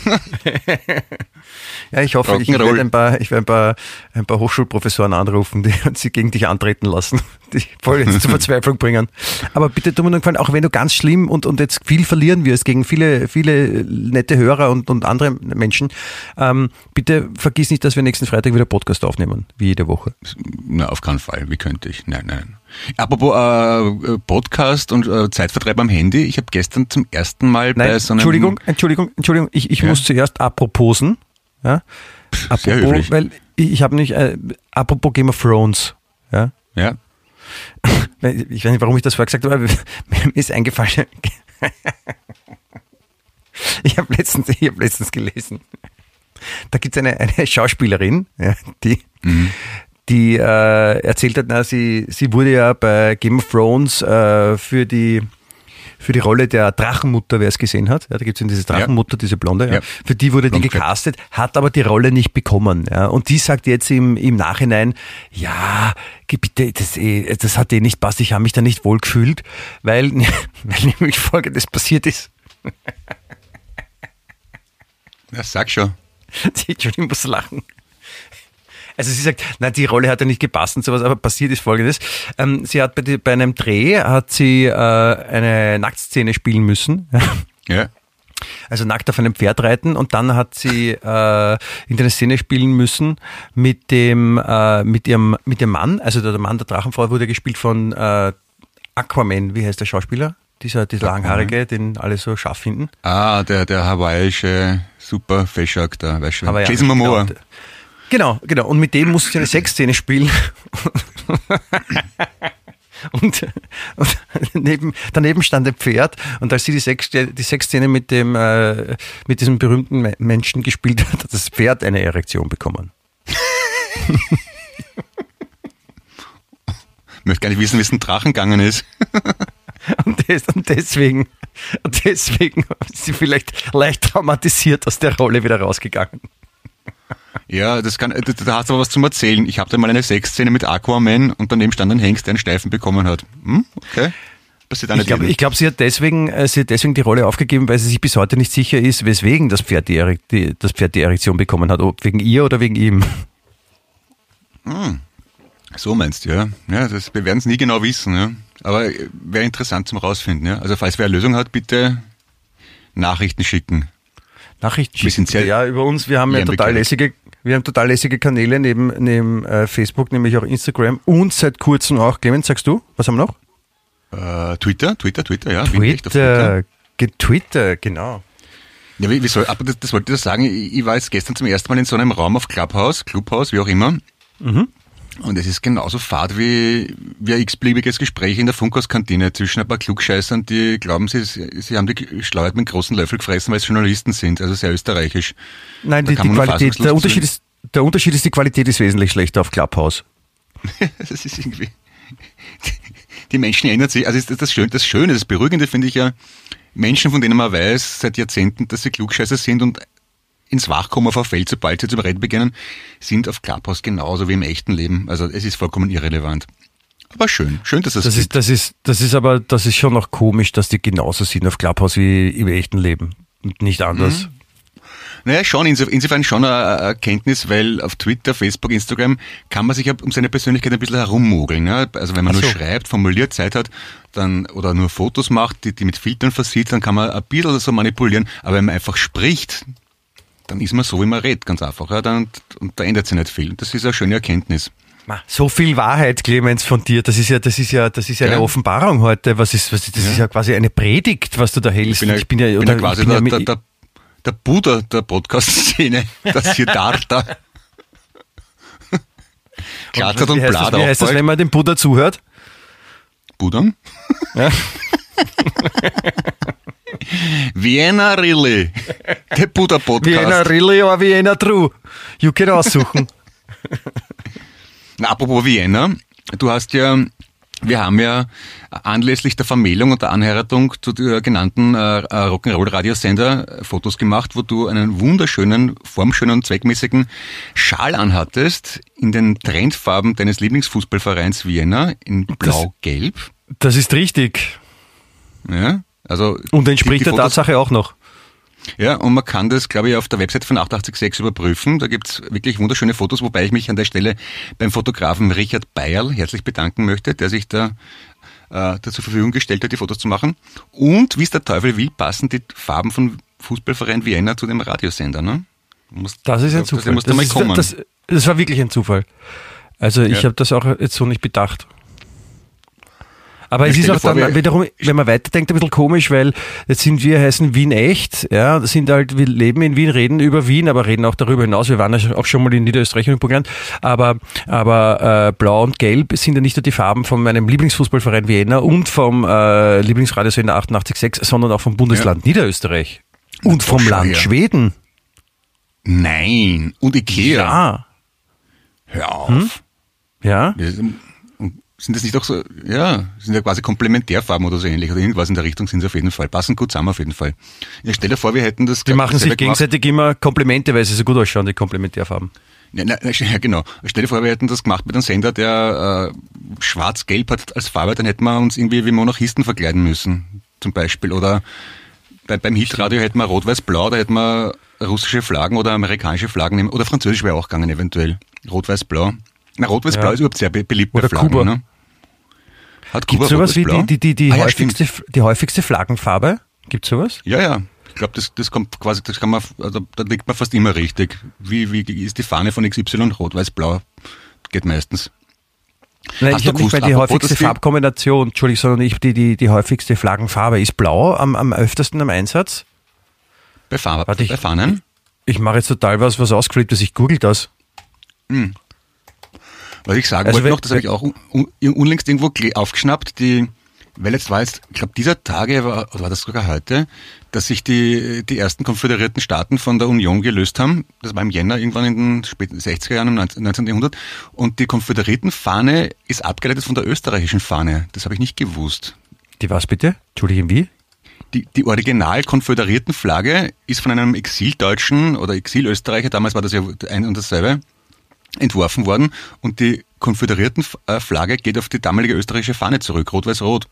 Ja, ich hoffe, ich werde ein paar, ich werde ein paar, ein paar Hochschulprofessoren anrufen, die sie gegen dich antreten lassen, die voll jetzt zur Verzweiflung bringen. Aber bitte tu mir nur gefallen, auch wenn du ganz schlimm und, und jetzt viel verlieren wirst gegen viele, viele nette Hörer und, und andere Menschen, ähm, bitte vergiss nicht, dass wir nächsten Freitag wieder Podcast aufnehmen, wie jede Woche. Na, auf keinen Fall. Wie könnte ich? Nein, nein. Apropos äh, Podcast und äh, Zeitvertreib am Handy. Ich habe gestern zum ersten Mal nein, bei so einem... Entschuldigung, Entschuldigung, Entschuldigung. Ich, ich ja? muss zuerst aproposen. Ja? Apropos, sehr höflich. Weil ich, ich habe nicht... Äh, apropos Game of Thrones. Ja. Ja. Ich weiß nicht, warum ich das vorher gesagt habe, aber mir ist eingefallen... ich habe letztens, ich hab letztens gelesen. Da gibt es eine, eine Schauspielerin, ja, die... Mhm. die äh, erzählt hat, na, sie, sie wurde ja bei Game of Thrones äh, für die für die Rolle der Drachenmutter, wer es gesehen hat, ja, da gibt es diese Drachenmutter, ja. diese Blonde, ja. Ja. Für die wurde Blond die gecastet, hat aber die Rolle nicht bekommen. Ja. Und die sagt jetzt im, im Nachhinein, ja, bitte, das, das hat eh nicht passt, ich habe mich da nicht wohl gefühlt, weil, weil nämlich Folgendes passiert ist. Ja, sag schon. Ich muss lachen. Also sie sagt, nein, die Rolle hat ja nicht gepasst und sowas, aber passiert ist Folgendes. Ähm, sie hat bei, die, bei einem Dreh hat sie äh, eine Nacktszene spielen müssen. Ja. Also nackt auf einem Pferd reiten und dann hat sie äh, in der Szene spielen müssen mit dem äh, mit ihrem mit ihrem Mann, also der Mann der Drachenfrau wurde gespielt von äh, Aquaman, wie heißt der Schauspieler? Dieser, dieser Langhaarige, den alle so scharf finden. Ah, der der hawaiische super Feshak da, weißt du. Jason Momoa. Genau. Genau, genau. Und mit dem musste sie eine Sexszene spielen. und, und neben, daneben stand ein Pferd und als sie die, Sex, die Sexszene mit dem, äh, mit diesem berühmten Menschen gespielt hat, hat das Pferd eine Erektion bekommen. Ich möchte gar nicht wissen, wie es ein Drachen gegangen ist. Und, des, und deswegen, und deswegen ist sie vielleicht leicht traumatisiert aus der Rolle wieder rausgegangen. Ja, das kann, da, da hast du aber was zum Erzählen. Ich habe da mal eine Sexszene mit Aquaman und daneben stand ein Hengst, der einen Steifen bekommen hat. Hm, okay. Passiert auch nicht. Ich glaube, glaub, sie hat deswegen, sie hat deswegen die Rolle aufgegeben, weil sie sich bis heute nicht sicher ist, weswegen das Pferd die, die, das Pferd die Erektion bekommen hat. Ob wegen ihr oder wegen ihm. Hm. So meinst du, ja. Ja, das, wir werden es nie genau wissen, ja. Aber wäre interessant zum rausfinden, ja. Also falls wer eine Lösung hat, bitte Nachrichten schicken. Nachrichten wir sind sehr ja, über uns. Wir haben ja total lässige, wir haben total lässige Kanäle neben, neben äh, Facebook, nämlich auch Instagram und seit kurzem auch, Clemens, sagst du, was haben wir noch? Äh, Twitter, Twitter, Twitter, ja. Twitter, Twitter. Twitter, genau. Ja, wie, wie soll, aber das, das wollte ich sagen, ich, ich war jetzt gestern zum ersten Mal in so einem Raum auf Clubhouse, Clubhouse, wie auch immer. Mhm. Und es ist genauso fad wie, wie ein x-beliebiges Gespräch in der Funkhauskantine zwischen ein paar Klugscheißern, die glauben, sie, sie haben die Schleuheit mit einem großen Löffel gefressen, weil es Journalisten sind, also sehr österreichisch. Nein, die, die Qualität, der Unterschied ist, der Unterschied ist, die Qualität ist wesentlich schlechter auf Clubhouse. Das ist irgendwie, die Menschen ändern sich, also das Schöne, das Schöne, das Beruhigende finde ich ja, Menschen, von denen man weiß seit Jahrzehnten, dass sie Klugscheißer sind und ins Wachkommen verfällt, sobald sie zum Reden beginnen, sind auf Clubhouse genauso wie im echten Leben. Also es ist vollkommen irrelevant. Aber schön, schön, dass es das ist. Das ist, das ist aber, das ist schon noch komisch, dass die genauso sind auf Clubhouse wie im echten Leben. Und nicht anders. Mhm. Naja, schon, insofern schon eine Erkenntnis, weil auf Twitter, Facebook, Instagram kann man sich um seine Persönlichkeit ein bisschen herummogeln. Ne? Also wenn man so. nur schreibt, formuliert, Zeit hat, dann oder nur Fotos macht, die, die mit Filtern versieht, dann kann man ein bisschen so manipulieren. Aber wenn man einfach spricht, dann ist man so, wie man redet, ganz einfach. Ja, dann, und da ändert sich nicht viel. Das ist eine schöne Erkenntnis. So viel Wahrheit, Clemens, von dir. Das ist ja, das ist ja, das ist ja, ja. eine Offenbarung heute. Was ist, was ist, das ja. ist ja quasi eine Predigt, was du da hältst. Ich bin ja, ich bin ja, bin ja quasi bin der, ja der, der, der Buddha der Podcast-Szene. Das Siddhartha. Glattert und, und blatt Wie heißt das, wenn man dem Buddha zuhört? Buddha? Ja. Vienna Really, der Buddha Podcast. Vienna Really oder Vienna True. You can aussuchen. Na, apropos Vienna, du hast ja, wir haben ja anlässlich der Vermählung und der Anheiratung zu der genannten äh, Rock'n'Roll-Radiosender Fotos gemacht, wo du einen wunderschönen, formschönen und zweckmäßigen Schal anhattest, in den Trendfarben deines Lieblingsfußballvereins Vienna, in Blau-Gelb. Das, das ist richtig. Ja. Also und entspricht der Tatsache auch noch. Ja, und man kann das, glaube ich, auf der Website von achtundachtzig Komma sechs überprüfen. Da gibt's wirklich wunderschöne Fotos, wobei ich mich an der Stelle beim Fotografen Richard Bayerl herzlich bedanken möchte, der sich da äh, zur Verfügung gestellt hat, die Fotos zu machen. Und wie es der Teufel will, passen die Farben von Fußballverein Vienna zu dem Radiosender. Ne? Muss, das ist ein das, Zufall. Das, das, mal ist, kommen. Das, das war wirklich ein Zufall. Also ich ja. habe das auch jetzt so nicht bedacht. Aber es ist auch dann wiederum, wenn man weiterdenkt, ein bisschen komisch, weil jetzt sind wir, heißen Wien echt, ja, sind halt, wir leben in Wien, reden über Wien, aber reden auch darüber hinaus. Wir waren ja auch schon mal in Niederösterreich und Burgenland, aber, aber äh, Blau und Gelb sind ja nicht nur die Farben von meinem Lieblingsfußballverein Vienna und vom äh, Lieblingsradiosender achtundachtzig Komma sechs, sondern auch vom Bundesland ja. Niederösterreich und vom oh, Land ja. Schweden. Nein, und Ikea. Ja. Hör auf. Hm? Ja. Sind das nicht auch so, ja, sind ja quasi Komplementärfarben oder so ähnlich oder irgendwas in der Richtung sind sie auf jeden Fall. Passen gut zusammen auf jeden Fall. Ja, stell dir vor, wir hätten das... Die machen sich gegenseitig gemacht. Immer Komplimente, weil sie so gut ausschauen, die Komplementärfarben. Ja, na, ja, genau. Stell dir vor, wir hätten das gemacht mit einem Sender, der äh, schwarz-gelb hat als Farbe, dann hätten wir uns irgendwie wie Monarchisten verkleiden müssen, zum Beispiel. Oder bei, beim Hitradio hätten wir rot-weiß-blau, da hätten wir russische Flaggen oder amerikanische Flaggen nehmen. Oder französisch wäre auch gegangen eventuell. Rot-weiß-blau. Na, Rot-Weiß-Blau ja. ist überhaupt sehr be- beliebt bei Flaggen, Kuba. Ne? Hat Kuba Gibt es sowas wie die, die, die, die, ah, ja, häufigste, die häufigste Flaggenfarbe? Gibt es sowas? Ja, ja. Ich glaube, das, das kommt quasi, das kann man, also da liegt man fast immer richtig. Wie, wie ist die Fahne von X Y? Rot-Weiß-Blau. Geht meistens. Nein, Hast ich habe nicht mal die häufigste die Farbkombination, Entschuldigung, sondern ich, die, die, die häufigste Flaggenfarbe. Ist Blau am, am öftesten im Einsatz? Bei, Farbe, Warte, bei ich, Fahnen? Ich, ich mache jetzt total was, was ausgeflipptes. Ich google das. Hm. Was ich sagen also wollte noch, das habe ich auch un, un, unlängst irgendwo aufgeschnappt, die, Weil jetzt war jetzt, ich glaube, dieser Tage, war, oder war das sogar heute, dass sich die, die ersten konföderierten Staaten von der Union gelöst haben. Das war im Jänner, irgendwann in den späten sechziger Jahren, im neunzehnten Jahrhundert. Und die Konföderiertenfahne ist abgeleitet von der österreichischen Fahne. Das habe ich nicht gewusst. Die was bitte? Entschuldigung, wie? Die, die original konföderierten Flagge ist von einem Exildeutschen oder Exilösterreicher, damals war das ja ein und dasselbe, entworfen worden. Und die konföderierten Flagge geht auf die damalige österreichische Fahne zurück, rot-weiß-rot.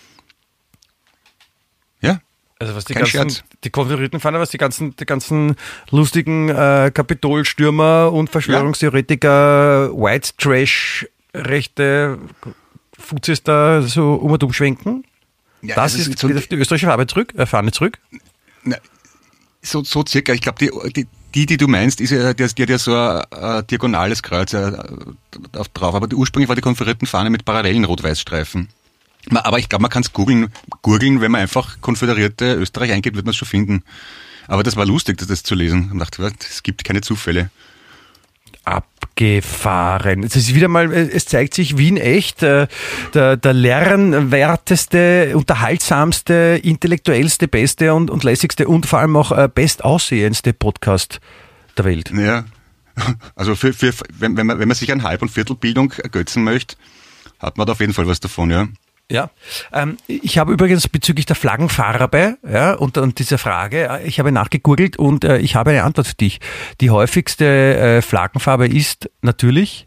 Ja, also was die kein ganzen, Scherz. Die konföderierten Fahne, was die ganzen, die ganzen lustigen äh, Kapitolstürmer und Verschwörungstheoretiker, ja. White Trash, rechte Fuzis da so um und umschwenken. Ja, das ist so die österreichische Farbe zurück, äh, Fahne zurück. Na, so, so circa. Ich glaube, die, die, die, die du meinst, ist ja, die, die hat ja so ein, ein diagonales Kreuz äh, drauf. Aber ursprünglich war die Konföderiertenfahne mit parallelen Rot-Weiß-Streifen. Aber ich glaube, man kann es googeln, googeln, wenn man einfach konföderierte Österreich eingibt, wird man es schon finden. Aber das war lustig, das zu lesen. Ich dachte, es gibt keine Zufälle. Abgefahren. Es ist wieder mal, es zeigt sich Wien echt, der, der lernwerteste, unterhaltsamste, intellektuellste, beste und, und lässigste und vor allem auch bestaussehendste Podcast der Welt. Ja, also für, für, wenn, wenn, man, wenn man sich an Halb- und Viertelbildung ergötzen möchte, hat man da auf jeden Fall was davon, ja. Ja, ähm, ich habe übrigens bezüglich der Flaggenfarbe ja, und, und dieser Frage, ich habe nachgegoogelt und äh, ich habe eine Antwort für dich. Die häufigste äh, Flaggenfarbe ist natürlich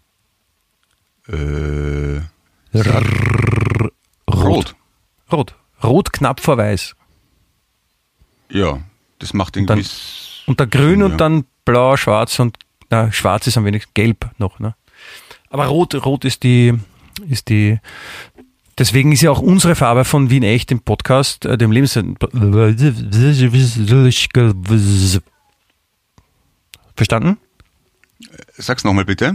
äh, rot. Rot. Rot. Rot knapp vor weiß. Ja, das macht irgendwie... Und dann, und dann grün ja. Und dann blau, schwarz und na, schwarz ist am wenigsten, gelb noch. Ne? Aber rot, rot ist die... ist die Deswegen ist ja auch unsere Farbe von Wien echt im Podcast, äh, dem Lebens... Verstanden? Sag's nochmal bitte.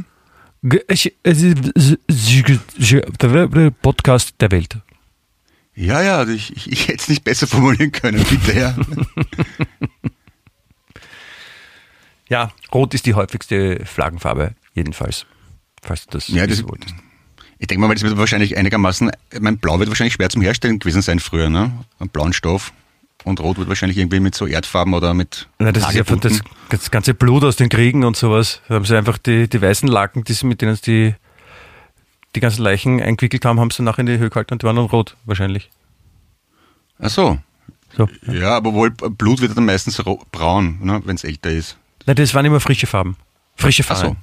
Podcast der Welt. Ja, ja, ich, ich, ich hätte es nicht besser formulieren können, bitte, ja. Ja, rot ist die häufigste Flaggenfarbe, jedenfalls. Falls du das ja, das wolltest. Ich denke mal, das wird wahrscheinlich einigermaßen, mein Blau wird wahrscheinlich schwer zum Herstellen gewesen sein früher, ne? Einen blauen Stoff. Und Rot wird wahrscheinlich irgendwie mit so Erdfarben oder mit... Nein, das ist ja von das, das ganze Blut aus den Kriegen und sowas. Da haben sie einfach die, die weißen Laken, die sie, mit denen sie die, die ganzen Leichen eingewickelt haben, haben sie nachher in die Höhe gehalten und die waren dann rot, wahrscheinlich. Ach so. so ja. ja, aber wohl Blut wird dann meistens braun, ne, wenn es älter ist. Nein, das waren immer frische Farben. Frische Farben. Ach so.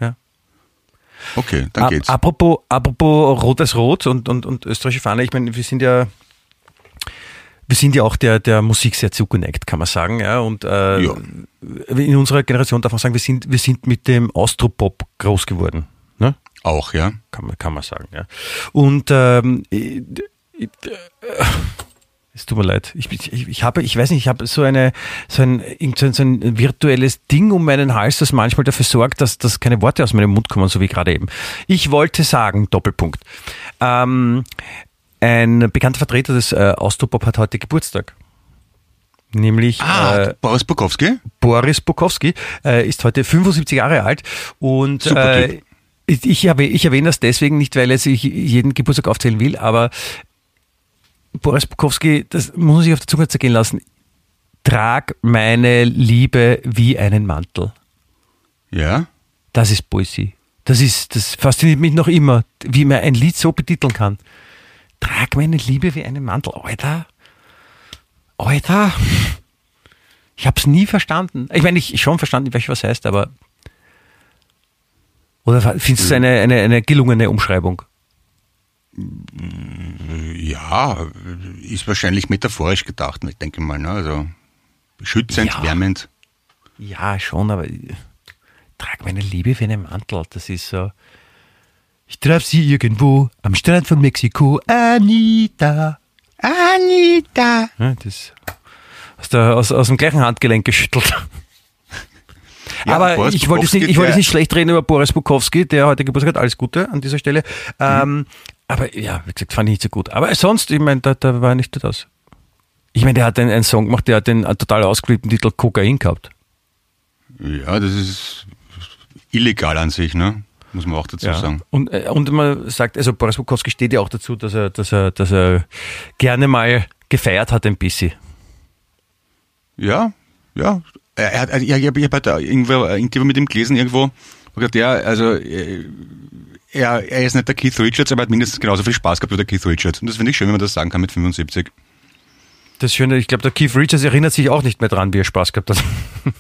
Okay, dann geht's. Apropos, apropos Rot als Rot und, und, und österreichische Fahne, ich meine, wir sind ja wir sind ja auch der, der Musik sehr zugeneigt, kann man sagen. Ja, und äh, ja. In unserer Generation darf man sagen, wir sind, wir sind mit dem Austropop groß geworden. Ne? Auch, ja. Kann man, kann man sagen, ja. Und ähm, ich, ich, äh, es tut mir leid. Ich, ich, ich habe, ich weiß nicht, ich habe so eine, so ein, so ein virtuelles Ding um meinen Hals, das manchmal dafür sorgt, dass, dass keine Worte aus meinem Mund kommen, so wie gerade eben. Ich wollte sagen, Doppelpunkt. Ähm, ein bekannter Vertreter des äh, Austropop hat heute Geburtstag. Nämlich ah, äh, Boris Bukowski. Boris Bukowski äh, ist heute fünfundsiebzig Jahre alt und äh, ich, ich, erwähne, ich erwähne das deswegen nicht, weil er sich jeden Geburtstag aufzählen will, aber Boris Bukowski, das muss man sich auf der Zunge zergehen lassen. Trag meine Liebe wie einen Mantel. Ja? Das ist Poesie. Das ist, das fasziniert mich noch immer, wie man ein Lied so betiteln kann. Trag meine Liebe wie einen Mantel. Alter. Alter. Ich habe es nie verstanden. Ich meine, ich schon verstanden, was heißt, aber oder findest du es eine, eine, eine gelungene Umschreibung? Ja, ist wahrscheinlich metaphorisch gedacht, ich denke mal, ne? Also schützend, ja. Wärmend. Ja, schon, aber ich trage meine Liebe wie einen Mantel. Das ist so. Ich treffe sie irgendwo am Strand von Mexiko. Anita. Anita. Ja, das aus, der, aus, aus dem gleichen Handgelenk geschüttelt. Ja, aber Boris ich wollte, nicht, ich wollte nicht schlecht reden über Boris Bukowski, der heute Geburtstag hat. Alles Gute an dieser Stelle. Mhm. Ähm, aber ja, wie gesagt, fand ich nicht so gut. Aber sonst, ich meine, da, da war nicht das. Ich meine, der hat einen, einen Song gemacht, der hat den total ausgeliebten Titel Kokain gehabt. Ja, das ist illegal an sich, ne? Muss man auch dazu ja. sagen. Und, und man sagt, also Boris Bukowski steht ja auch dazu, dass er, dass er, dass er gerne mal gefeiert hat ein bisschen. Ja, ja. Er hat, ich habe hab da irgendwo ein Interview mit ihm gelesen, irgendwo, wo gesagt, ja, also er, er ist nicht der Keith Richards, aber er hat mindestens genauso viel Spaß gehabt wie der Keith Richards. Und das finde ich schön, wenn man das sagen kann mit fünfundsiebzig. Das Schöne, ich glaube, der Keith Richards erinnert sich auch nicht mehr dran, wie er Spaß gehabt hat.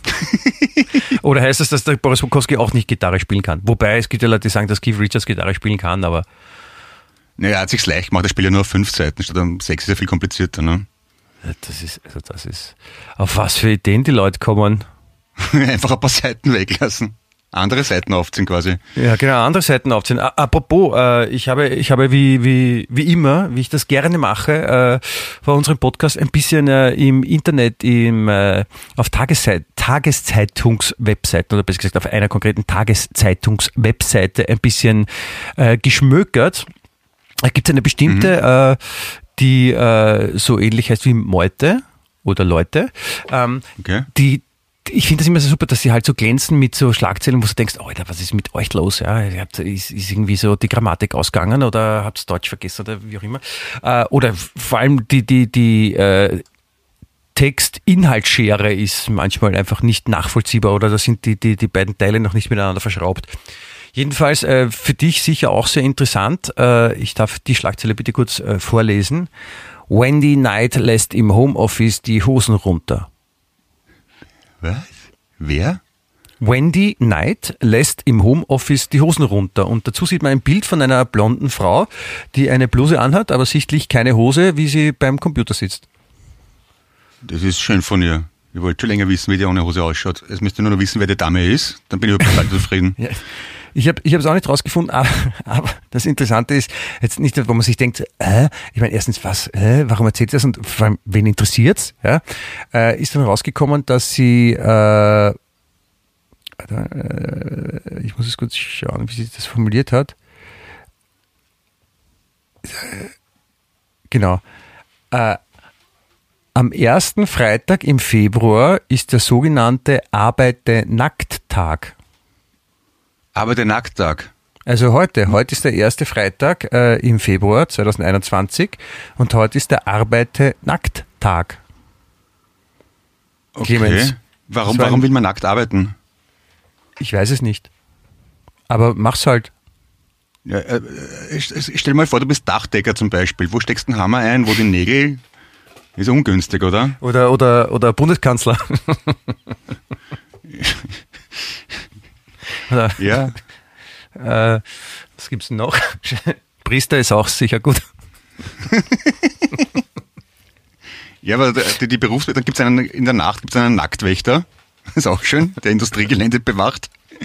Oder heißt das, dass der Boris Bukowski auch nicht Gitarre spielen kann? Wobei, es gibt ja Leute, die sagen, dass Keith Richards Gitarre spielen kann, aber... Naja, er hat sich's leicht gemacht, er spielt ja nur auf fünf Seiten, statt um sechs ist ja viel komplizierter, ne? Das ist, also das ist... Auf was für Ideen die Leute kommen? Einfach ein paar Seiten weglassen. Andere Seiten aufziehen quasi. Ja, genau, andere Seiten aufziehen. Apropos, äh, ich habe, ich habe wie, wie, wie immer, wie ich das gerne mache, äh, vor unserem Podcast ein bisschen äh, im Internet, im, äh, auf Tageszeit, Tageszeitungs-Webseiten oder besser gesagt auf einer konkreten Tageszeitungs-Webseite ein bisschen äh, geschmökert. Da gibt es eine bestimmte, mhm. äh, die äh, so ähnlich heißt wie Meute oder Leute, ähm, okay. die Ich finde das immer so super, dass sie halt so glänzen mit so Schlagzeilen, wo du denkst, Alter, was ist mit euch los? Ja, ist, ist irgendwie so die Grammatik ausgegangen oder habt ihr Deutsch vergessen oder wie auch immer. Äh, oder vor allem die, die, die äh, Text-Inhaltsschere ist manchmal einfach nicht nachvollziehbar oder da sind die, die, die beiden Teile noch nicht miteinander verschraubt. Jedenfalls äh, für dich sicher auch sehr interessant. Äh, ich darf die Schlagzeile bitte kurz äh, vorlesen. Wendy Knight lässt im Homeoffice die Hosen runter. Was? Wer? Wendy Knight lässt im Homeoffice die Hosen runter. Und dazu sieht man ein Bild von einer blonden Frau, die eine Bluse anhat, aber sichtlich keine Hose, wie sie beim Computer sitzt. Das ist schön von ihr. Ich wollte schon länger wissen, wie die ohne Hose ausschaut. Jetzt müsst ihr nur noch wissen, wer die Dame ist. Dann bin ich total zufrieden. Ja. Ich habe ich es auch nicht rausgefunden, aber, aber das Interessante ist, jetzt nicht, wo man sich denkt, äh, ich meine, erstens, was, äh, warum erzählt das und vor allem, wen interessiert's? Ja, äh, ist dann rausgekommen, dass sie, äh, äh, ich muss es kurz schauen, wie sie das formuliert hat. Äh, genau. Äh, am ersten Freitag im Februar ist der sogenannte Arbeite-Nackt-Tag. Aber der Nackttag. Also heute. Heute ist der erste Freitag äh, im Februar zwanzig einundzwanzig und heute ist der Arbeite-Nackt-Tag. Okay. Clemens, warum, warum will man nackt arbeiten? Ich weiß es nicht. Aber mach's halt. Ja, äh, stell dir mal vor, du bist Dachdecker zum Beispiel. Wo steckst du einen Hammer ein, wo die Nägel... Ist ungünstig, oder? Oder, oder, oder Bundeskanzler. Oder, ja. Äh, was gibt's denn noch? Priester ist auch sicher gut. Ja, aber die, die Berufs... Dann gibt's einen, in der Nacht gibt's einen Nacktwächter. Ist auch schön, der Industriegelände bewacht.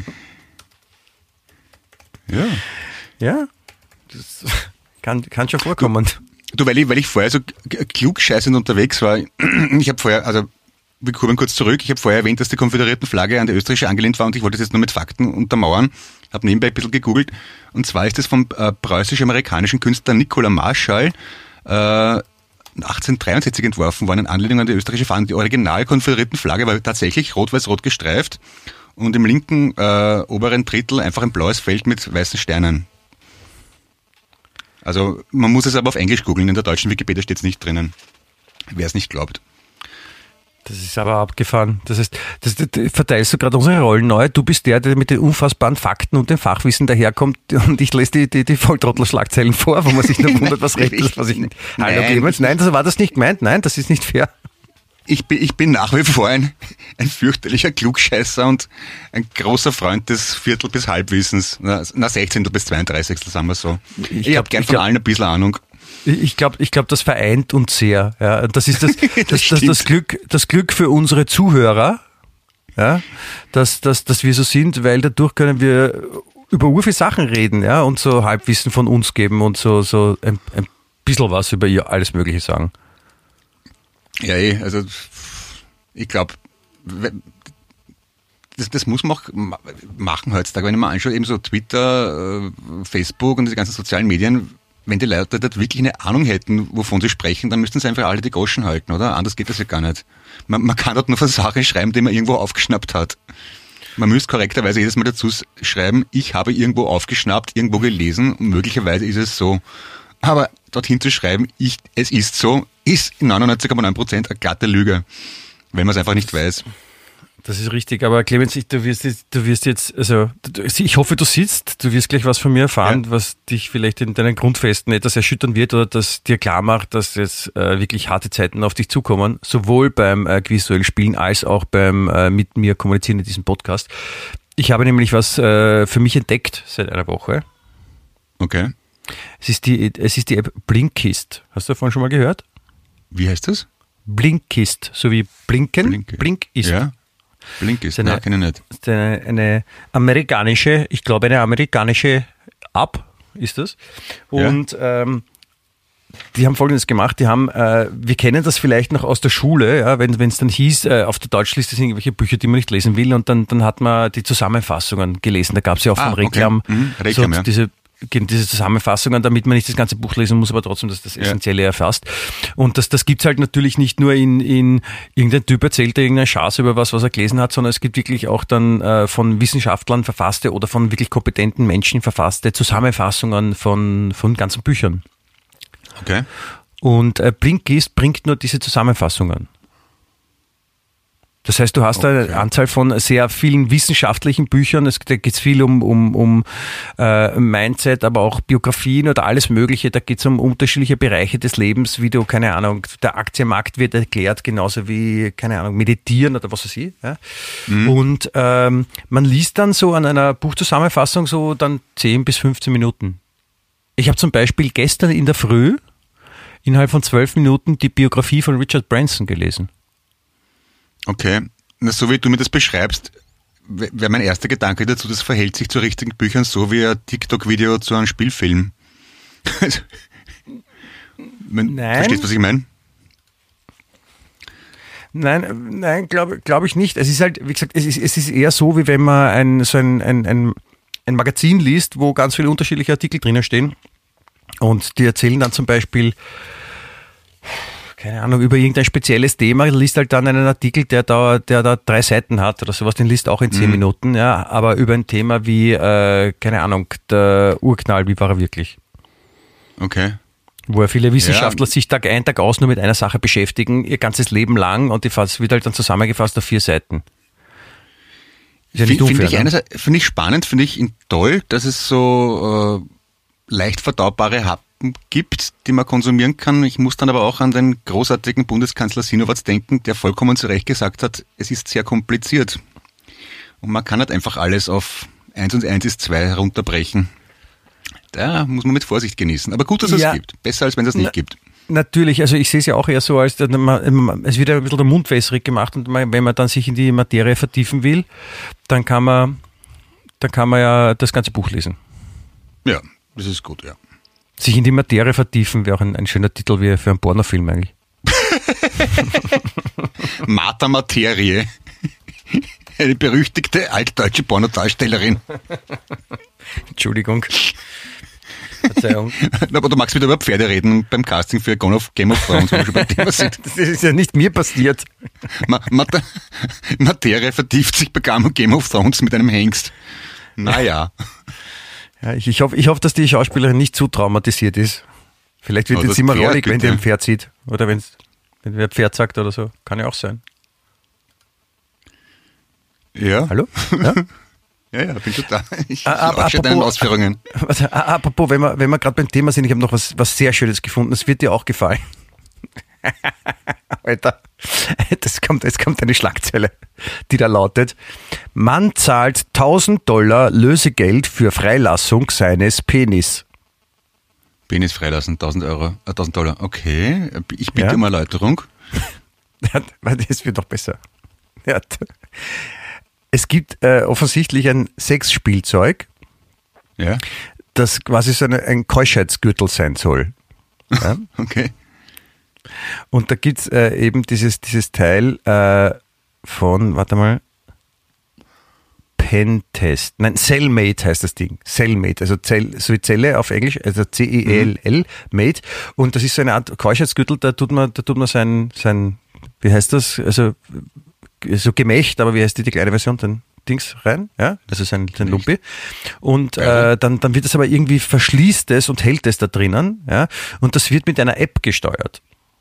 Ja. Ja, das kann, kann schon vorkommen. Du, du weil, ich, weil ich vorher so klugscheißend unterwegs war, ich habe vorher, also wir kommen kurz zurück, ich habe vorher erwähnt, dass die konföderierten Flagge an die österreichische angelehnt war und ich wollte das jetzt nur mit Fakten untermauern, habe nebenbei ein bisschen gegoogelt und zwar ist das vom äh, preußisch-amerikanischen Künstler Nicola Marschall äh, achtzehnhundertdreiundsiebzig entworfen worden in Anlehnung an die österreichische Fahne. Die original konföderierten Flagge war tatsächlich rot-weiß-rot gestreift und im linken äh, oberen Drittel einfach ein blaues Feld mit weißen Sternen. Also man muss es aber auf Englisch googeln, in der deutschen Wikipedia steht es nicht drinnen, wer es nicht glaubt. Das ist aber abgefahren. Das heißt, das, das, das verteilst du gerade unsere Rollen neu. Du bist der, der mit den unfassbaren Fakten und dem Fachwissen daherkommt und ich lese die, die, die Volltrottel-Schlagzeilen vor, wo man sich nur wundert, was recht ist, was ich nicht. Hallo Clemens, nein, das war das nicht gemeint. Nein, das ist nicht fair. Ich bin, ich bin nach wie vor ein, ein fürchterlicher Klugscheißer und ein großer Freund des Viertel- bis Halbwissens. Na, na Sechzehntel bis Zweiunddreißigstel, sagen wir so. Ich, ich habe gern von glaub, allen ein bisschen Ahnung. Ich glaube, ich glaube, das vereint uns sehr. Ja, das ist das, das, das, das, das Glück, das Glück für unsere Zuhörer, ja, dass, dass, dass wir so sind, weil dadurch können wir über ur viele Sachen reden, ja, und so Halbwissen von uns geben und so, so ein, ein bisschen was über ihr alles Mögliche sagen. Ja, eh, also ich glaube, das, das muss man auch machen heutzutage, wenn man anschaut, eben so Twitter, Facebook und diese ganzen sozialen Medien. Wenn die Leute dort wirklich eine Ahnung hätten, wovon sie sprechen, dann müssten sie einfach alle die Goschen halten, oder? Anders geht das ja gar nicht. Man, man kann dort nur von Sachen schreiben, die man irgendwo aufgeschnappt hat. Man müsste korrekterweise jedes Mal dazu schreiben, ich habe irgendwo aufgeschnappt, irgendwo gelesen und möglicherweise ist es so. Aber dorthin zu schreiben, ich, es ist so, ist in neunundneunzig Komma neun Prozent eine glatte Lüge, wenn man es einfach nicht weiß. Das ist richtig, aber Clemens, du wirst jetzt, du wirst jetzt, also ich hoffe, du sitzt, du wirst gleich was von mir erfahren, ja. was dich vielleicht in deinen Grundfesten etwas erschüttern wird oder das dir klar macht, dass jetzt äh, wirklich harte Zeiten auf dich zukommen, sowohl beim äh, Quizduell-Spielen als auch beim äh, mit mir kommunizieren in diesem Podcast. Ich habe nämlich was äh, für mich entdeckt seit einer Woche. Okay. Es ist die, es ist die App Blinkist. Hast du davon schon mal gehört? Wie heißt das? Blinkist, so wie Blinken, Blinke. Blink ist. Ja. Blinkist, nein, kenne ich nicht. Ist eine, eine amerikanische, ich glaube eine amerikanische App ist das. Und ja. ähm, die haben Folgendes gemacht, die haben, äh, wir kennen das vielleicht noch aus der Schule, ja, wenn es dann hieß, äh, auf der Deutschliste sind irgendwelche Bücher, die man nicht lesen will und dann, dann hat man die Zusammenfassungen gelesen. Da gab es ja auch ah, von Reklam, okay. mhm. Reklam so, ja. diese diese Zusammenfassungen, damit man nicht das ganze Buch lesen muss, aber trotzdem das, das Essentielle ja. erfasst. Und das, das gibt's halt natürlich nicht nur in, in irgendein Typ erzählt irgendeinen Schatz über was, was er gelesen hat, sondern es gibt wirklich auch dann äh, von Wissenschaftlern verfasste oder von wirklich kompetenten Menschen verfasste Zusammenfassungen von, von ganzen Büchern. Okay. Und äh, Blinkist bringt nur diese Zusammenfassungen. Das heißt, du hast okay. eine Anzahl von sehr vielen wissenschaftlichen Büchern. Es, da geht es viel um, um, um äh, Mindset, aber auch Biografien oder alles Mögliche. Da geht es um unterschiedliche Bereiche des Lebens, wie du, keine Ahnung, der Aktienmarkt wird erklärt, genauso wie, keine Ahnung, meditieren oder was weiß ich. Ja? Mhm. Und ähm, man liest dann so an einer Buchzusammenfassung so dann zehn bis fünfzehn Minuten. Ich habe zum Beispiel gestern in der Früh innerhalb von zwölf Minuten die Biografie von Richard Branson gelesen. Okay, na, so wie du mir das beschreibst, wäre mein erster Gedanke dazu, das verhält sich zu richtigen Büchern so wie ein TikTok-Video zu einem Spielfilm. Nein. Verstehst du, was ich meine? Nein, nein, glaube glaub ich nicht. Es ist halt, wie gesagt, es ist, es ist eher so, wie wenn man ein, so ein, ein, ein, ein Magazin liest, wo ganz viele unterschiedliche Artikel drinnen stehen und die erzählen dann zum Beispiel, keine Ahnung, über irgendein spezielles Thema, liest halt dann einen Artikel, der da, der da drei Seiten hat oder sowas, den liest auch in zehn mhm. Minuten, ja, aber über ein Thema wie, äh, keine Ahnung, der Urknall, wie war er wirklich? Okay. Wo ja viele Wissenschaftler ja. sich Tag ein, Tag aus nur mit einer Sache beschäftigen, ihr ganzes Leben lang und die wird halt dann zusammengefasst auf vier Seiten. Ist ja nicht unfair, Finde ich, einerseits, finde ich spannend, finde ich toll, dass es so äh, leicht verdaubare Happen gibt, die man konsumieren kann. Ich muss dann aber auch an den großartigen Bundeskanzler Sinowatz denken, der vollkommen zu Recht gesagt hat, es ist sehr kompliziert. Und man kann halt einfach alles auf eins und eins ist zwei herunterbrechen. Da muss man mit Vorsicht genießen. Aber gut, dass es ja. es gibt. Besser, als wenn es nicht Na, gibt. Natürlich, also ich sehe es ja auch eher so, als es wird ein bisschen der Mund wässrig gemacht und wenn man dann sich in die Materie vertiefen will, dann kann man, dann kann man ja das ganze Buch lesen. Ja, das ist gut, ja. Sich in die Materie vertiefen wäre auch ein, ein schöner Titel wie für einen Pornofilm eigentlich. Martha Materie. Eine berüchtigte altdeutsche Pornodarstellerin. Entschuldigung. Verzeihung. Aber du magst wieder über Pferde reden beim Casting für Game of Thrones, wo wir schon beim Thema sind. Das ist ja nicht mir passiert. Ma- Mat- Materie vertieft sich bei Game of Thrones mit einem Hengst. Naja. Ja, ich, ich, hoffe, ich hoffe, dass die Schauspielerin nicht zu traumatisiert ist. Vielleicht wird oh, jetzt immer rollig, wenn die ein Pferd sieht. Oder wenn's, wenn wer Pferd sagt oder so. Kann ja auch sein. Ja. Hallo? Ja, ja, ja bin schon da. Ich ah, lausche deinen Ausführungen. Also, apropos, wenn wir, wenn wir gerade beim Thema sind, ich habe noch was, was sehr Schönes gefunden. Das wird dir auch gefallen. Alter, das kommt, es kommt eine Schlagzeile, die da lautet: Mann zahlt tausend Dollar Lösegeld für Freilassung seines Penis. Penis freilassen, tausend Euro, äh, tausend Dollar. Okay, ich bitte ja. um Erläuterung. Ja, das wird doch besser. Ja. Es gibt äh, offensichtlich ein Sexspielzeug, ja. das quasi so eine, ein Keuschheitsgürtel sein soll. Ja? Okay. Und da gibt es äh, eben dieses, dieses Teil äh, von, warte mal, Pentest. Nein, Cellmate heißt das Ding. Cellmate, also Zell, so wie Zelle auf Englisch, also C E E L L, Mate. Und das ist so eine Art Keuschheitsgürtel, da tut man, da tut man sein, sein, wie heißt das, also so Gemächt, aber wie heißt die, die kleine Version? Den Dings rein, ja, das ist ein, ein Lumpi. Und äh, dann, dann wird es aber irgendwie verschließt es und hält es da drinnen, ja, und das wird mit einer App gesteuert.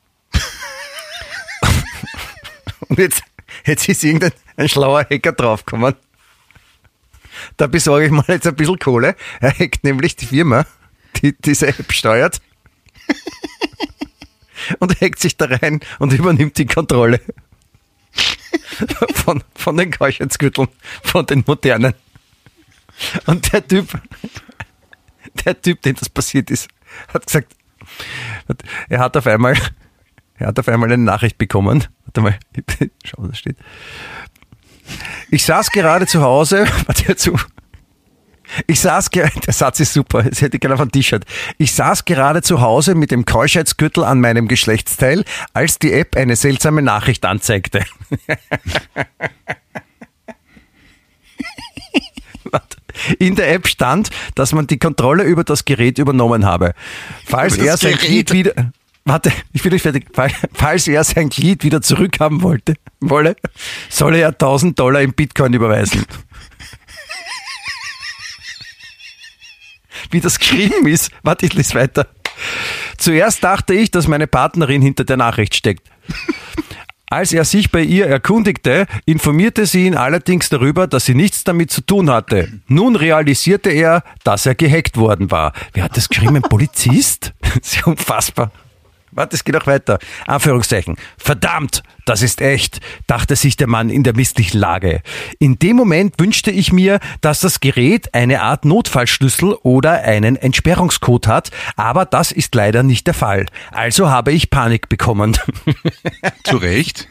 Und jetzt, jetzt ist irgendein ein schlauer Hacker draufgekommen. Da besorge ich mal jetzt ein bisschen Kohle. Er hackt nämlich die Firma, die diese App steuert. Und hackt sich da rein und übernimmt die Kontrolle von, von den Keuschheitsgürteln, von den modernen. Und der Typ, der Typ, dem das passiert ist, hat gesagt, er hat auf einmal, er hat auf einmal eine Nachricht bekommen. Warte mal, schau, was da steht. Ich saß gerade zu Hause, warte zu. Ich saß gerade, der Satz ist super, das hätte ich gerne auf ein T-Shirt. Ich saß gerade zu Hause mit dem Keuschheitsgürtel an meinem Geschlechtsteil, als die App eine seltsame Nachricht anzeigte. In der App stand, dass man die Kontrolle über das Gerät übernommen habe. Falls er sein Glied wieder, warte, ich bin nicht fertig. Falls er sein Glied wieder zurückhaben wollte, wolle, solle er tausend Dollar in Bitcoin überweisen. Wie das geschrieben ist. Warte, ich lese weiter. Zuerst dachte ich, dass meine Partnerin hinter der Nachricht steckt. Als er sich bei ihr erkundigte, informierte sie ihn allerdings darüber, dass sie nichts damit zu tun hatte. Nun realisierte er, dass er gehackt worden war. Wer hat das geschrieben? Ein Polizist? Das ist unfassbar. Warte, es geht auch weiter. Anführungszeichen. Verdammt, das ist echt, dachte sich der Mann in der misslichen Lage. In dem Moment wünschte ich mir, dass das Gerät eine Art Notfallschlüssel oder einen Entsperrungscode hat, aber das ist leider nicht der Fall. Also habe ich Panik bekommen. Zu Recht.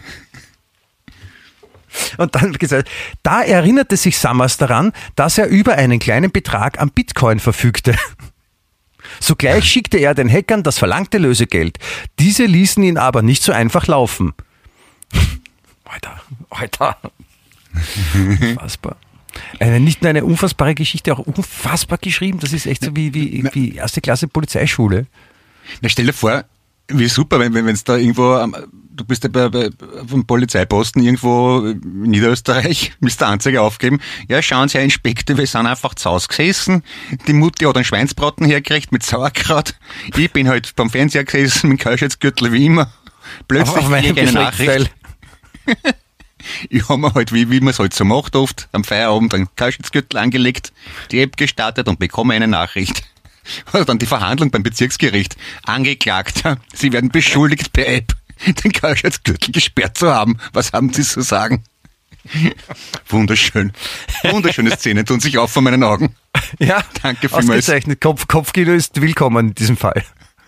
Und dann gesagt, da erinnerte sich Summers daran, dass er über einen kleinen Betrag an Bitcoin verfügte. Sogleich schickte er den Hackern das verlangte Lösegeld. Diese ließen ihn aber nicht so einfach laufen. Alter, Alter. Unfassbar. Eine, nicht nur eine unfassbare Geschichte, auch unfassbar geschrieben. Das ist echt so wie, wie, wie erste Klasse Polizeischule. Na, stell dir vor, wie super, wenn wenn es da irgendwo, du bist ja bei, bei vom Polizeiposten irgendwo in Niederösterreich, willst du Anzeige aufgeben. Ja, schauen Sie, Herr Inspektor, wir sind einfach zu Hause gesessen. Die Mutti hat einen Schweinsbraten hergekriegt mit Sauerkraut. Ich bin halt beim Fernseher gesessen mit dem Keuschheitsgürtel wie immer. Plötzlich auf kriege ich eine Nachricht. Ich habe mir halt, wie, wie man es halt so macht oft, am Feierabend einen Keuschheitsgürtel angelegt, die App gestartet und bekomme eine Nachricht. Also dann die Verhandlung beim Bezirksgericht. Angeklagter, Sie werden beschuldigt per App, den Keuschheitsgürtel gesperrt zu haben. Was haben Sie zu sagen? Wunderschön. Wunderschöne Szenen tun sich auf vor meinen Augen. Ja, danke vielmals. Ausgezeichnet. Kopf, Kopfkino ist willkommen in diesem Fall.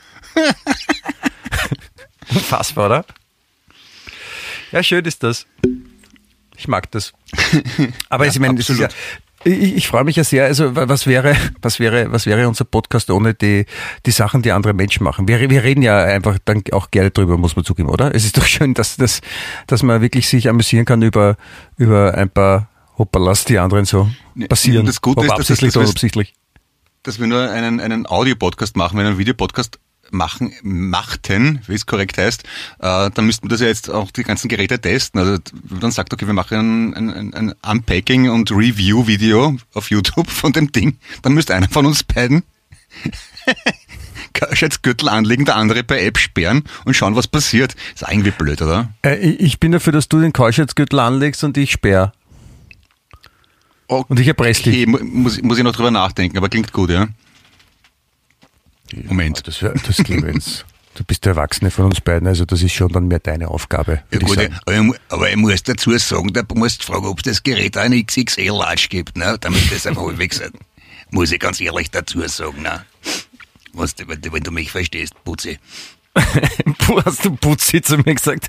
Unfassbar, oder? Ja, schön ist das. Ich mag das. Aber ja, ich meine, das ist ja, ich, ich freue mich ja sehr. Also was wäre, was wäre, was wäre unser Podcast ohne die die Sachen, die andere Menschen machen? Wir, wir reden ja einfach dann auch gerne drüber, muss man zugeben, oder? Es ist doch schön, dass dass dass man wirklich sich amüsieren kann über über ein paar Hoppalas, die anderen so passieren. Das Gute ist, absichtlich dass, oder unabsichtlich. Dass wir nur einen einen Audio-Podcast machen, wenn einen Videopodcast machen, machten, wie es korrekt heißt, äh, dann müssten wir das ja jetzt auch die ganzen Geräte testen. Also dann sagt, okay, wir machen ein, ein, ein Unpacking- und Review-Video auf YouTube von dem Ding. Dann müsste einer von uns beiden Keuschheitsgürtel anlegen, der andere per App sperren und schauen, was passiert. Ist irgendwie blöd, oder? Äh, ich bin dafür, dass du den Keuschheitsgürtel anlegst und ich sperre. Okay, und ich erpresse dich. Muss, muss ich noch drüber nachdenken, aber klingt gut, ja? Moment. Das, das Clemens. Du bist der Erwachsene von uns beiden, also das ist schon dann mehr deine Aufgabe. Ja gut, aber ich, aber ich muss dazu sagen, da musst du fragen, ob es das Gerät einen X X L Large gibt, ne? Damit das einfach halbwegs sein. Muss ich ganz ehrlich dazu sagen, ne? Was, wenn, wenn du mich verstehst, Putzi. Hast du Putzi zu mir gesagt?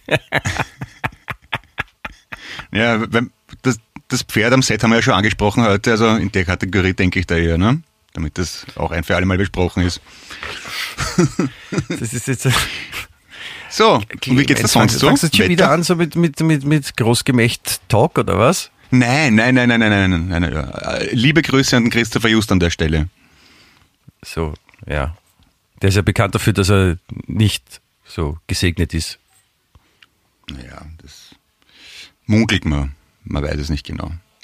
Ja, wenn, das, das Pferd am Set haben wir ja schon angesprochen heute, also in der Kategorie denke ich da eher, ne? Damit das auch ein für alle Mal besprochen ist. Das ist jetzt so, und wie geht's da sonst so? Fangst du jetzt schon wieder an so mit, mit, mit, mit Großgemächt-Talk oder was? Nein, nein, nein, nein, nein, nein, nein, nein, nein. Liebe Grüße an den Christopher Just an der Stelle. So, ja. Der ist ja bekannt dafür, dass er nicht so gesegnet ist. Ja, das munkelt man. Man weiß es nicht genau.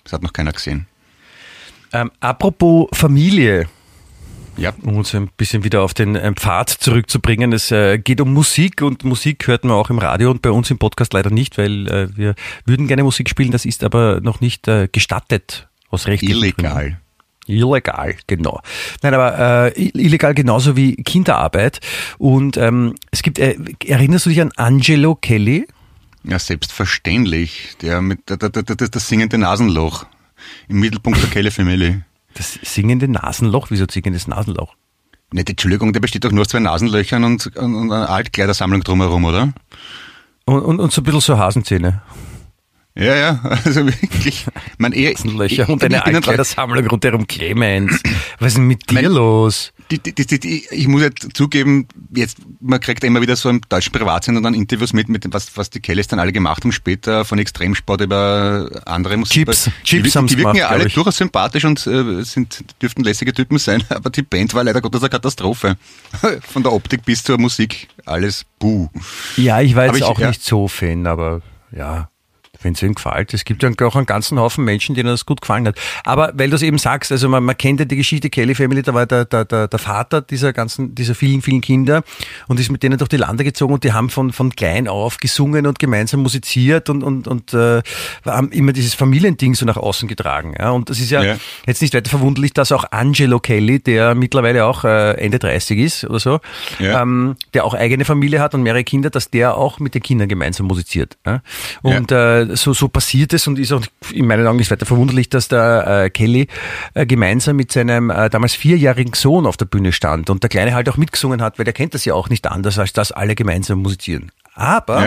Das hat noch keiner gesehen. Ähm, apropos Familie. Ja. Um uns ein bisschen wieder auf den Pfad zurückzubringen. Es äh, geht um Musik und Musik hört man auch im Radio und bei uns im Podcast leider nicht, weil äh, wir würden gerne Musik spielen, das ist aber noch nicht äh, gestattet aus rechtlichen Illegal. Gründen. Illegal, genau. Nein, aber äh, illegal genauso wie Kinderarbeit. Und ähm, es gibt, äh, erinnerst du dich an Angelo Kelly? Ja, selbstverständlich. Der mit der, der, der, der, das singende Nasenloch im Mittelpunkt der Kelly Family. Das singende Nasenloch? Wieso singendes Nasenloch? Nicht, Entschuldigung, der besteht doch nur aus zwei Nasenlöchern und, und, und einer Altkleidersammlung drumherum, oder? Und, und, und so ein bisschen so Hasenzähne. Ja, ja, also wirklich. Man eher, Nasenlöcher und eine Altkleidersammlung rundherum Clemens. Was ist denn mit dir mein, los? Die, die, die, die, ich muss jetzt zugeben, jetzt, man kriegt immer wieder so im deutschen Privatsender dann Interviews mit, mit was, was die Kellys dann alle gemacht haben, später von Extremsport über andere Musik. Chips, die, Chips die, haben die wirken gemacht, ja alle durchaus sympathisch und äh, sind, dürften lässige Typen sein, aber die Band war leider Gottes eine Katastrophe. Von der Optik bis zur Musik, alles buh. Ja, ich war jetzt ich, auch ja. nicht so Fan, aber ja. Wenn es ihnen gefällt. Es gibt ja auch einen ganzen Haufen Menschen, denen das gut gefallen hat. Aber weil du es eben sagst, also man, man kennt ja die Geschichte Kelly Family, da war der, der, der, der Vater dieser ganzen, dieser vielen, vielen Kinder und ist mit denen durch die Lande gezogen und die haben von, von klein auf gesungen und gemeinsam musiziert und, und, und äh, haben immer dieses Familiending so nach außen getragen. Ja? Und das ist ja, ja jetzt nicht weiter verwunderlich, dass auch Angelo Kelly, der mittlerweile auch äh, Ende dreißig ist oder so, ja. ähm, der auch eigene Familie hat und mehrere Kinder, dass der auch mit den Kindern gemeinsam musiziert. Ja? Und ja. äh, So, so passiert es und ist auch in meinen Augen nicht weiter verwunderlich, dass der äh, Kelly äh, gemeinsam mit seinem äh, damals vierjährigen Sohn auf der Bühne stand und der Kleine halt auch mitgesungen hat, weil der kennt das ja auch nicht anders, als dass alle gemeinsam musizieren. Aber, ja.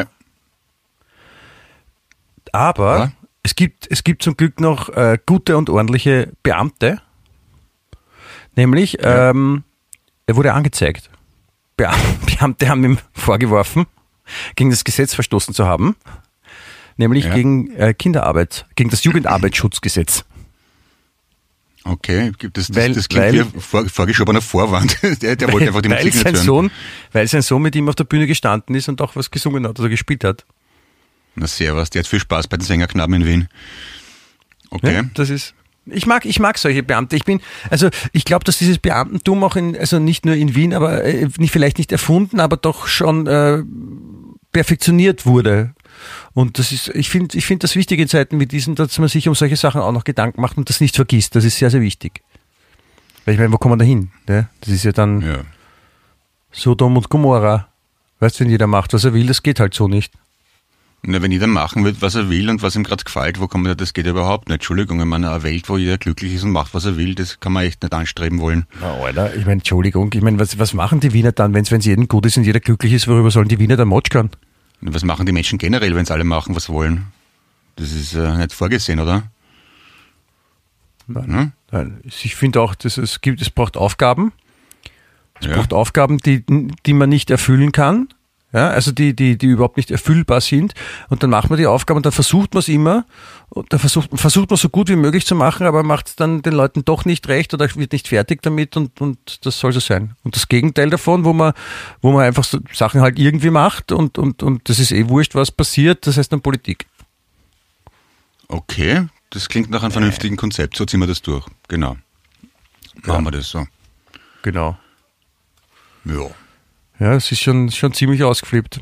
aber ja. es gibt es gibt zum Glück noch äh, gute und ordentliche Beamte, nämlich ja. ähm, er wurde angezeigt. Be- Beamte haben ihm vorgeworfen, gegen das Gesetz verstoßen zu haben. Nämlich ja. gegen äh, Kinderarbeit, gegen das Jugendarbeitsschutzgesetz. Okay, das, das, weil, das klingt weil, wie ein vor, vorgeschobener Vorwand. der der wollte einfach die Musik nicht hören. Sohn, weil sein Sohn mit ihm auf der Bühne gestanden ist und auch was gesungen hat oder gespielt hat. Na servus, der hat viel Spaß bei den Sängerknaben in Wien. Okay. Ja, das ist... Ich mag, ich mag solche Beamte. Ich bin, also ich glaube, dass dieses Beamtentum auch in, also nicht nur in Wien, aber äh, nicht, vielleicht nicht erfunden, aber doch schon äh, perfektioniert wurde. Und das ist, ich finde, ich finde das wichtig in Zeiten wie diesen, dass man sich um solche Sachen auch noch Gedanken macht und das nicht vergisst. Das ist sehr, sehr wichtig. Weil ich meine, wo kommen wir da hin? Ne? Das ist ja dann ja. Sodom und Gomorra. Weißt du, wenn jeder macht, was er will, das geht halt so nicht. Na, wenn jeder machen will, was er will und was ihm gerade gefällt, wo kommt man, das geht ja überhaupt nicht. Entschuldigung, ich meine, eine Welt, wo jeder glücklich ist und macht, was er will, das kann man echt nicht anstreben wollen. Na, Alter, ich meine, Entschuldigung, ich meine, was, was machen die Wiener dann, wenn es jedem gut ist und jeder glücklich ist, worüber sollen die Wiener dann motschern? Was machen die Menschen generell, wenn sie alle machen, was wollen? Das ist äh, nicht vorgesehen, oder? Nein. Hm? Nein. Ich finde auch, dass es gibt, es braucht Aufgaben. Es ja. braucht Aufgaben, die, die man nicht erfüllen kann. Ja, also die, die, die überhaupt nicht erfüllbar sind. Und dann macht man die Aufgaben und dann versucht man es immer. Und dann versucht, versucht man so gut wie möglich zu machen, aber macht es dann den Leuten doch nicht recht oder wird nicht fertig damit und, und das soll so sein. Und das Gegenteil davon, wo man, wo man einfach so Sachen halt irgendwie macht und, und, und das ist eh wurscht, was passiert, das heißt dann Politik. Okay, das klingt nach einem vernünftigen Konzept. So ziehen wir das durch. Genau. Machen ja. wir das so. Genau. Ja. Ja, es ist schon, schon ziemlich ausgeflippt.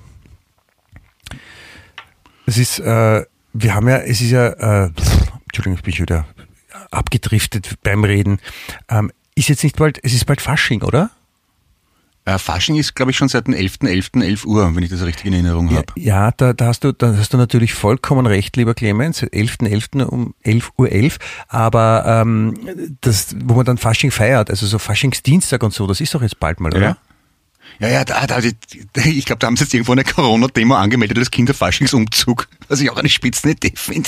Es ist, äh, wir haben ja, es ist ja, äh, Entschuldigung, ich bin schon wieder abgedriftet beim Reden. Ähm, ist jetzt nicht bald, es ist bald Fasching, oder? Äh, Fasching ist, glaube ich, schon seit dem elften elften elf Uhr, wenn ich das richtig in Erinnerung habe. Ja, ja da, da, hast du, da hast du natürlich vollkommen recht, lieber Clemens, elften elften um elf Uhr elf, aber ähm, das, wo man dann Fasching feiert, also so Faschingsdienstag und so, das ist doch jetzt bald mal, oder? Ja. Ja, ja, da, da, ich glaube, da haben sie jetzt irgendwo eine Corona-Demo angemeldet als Kinderfaschingsumzug, was ich auch eine Spitzenidee finde.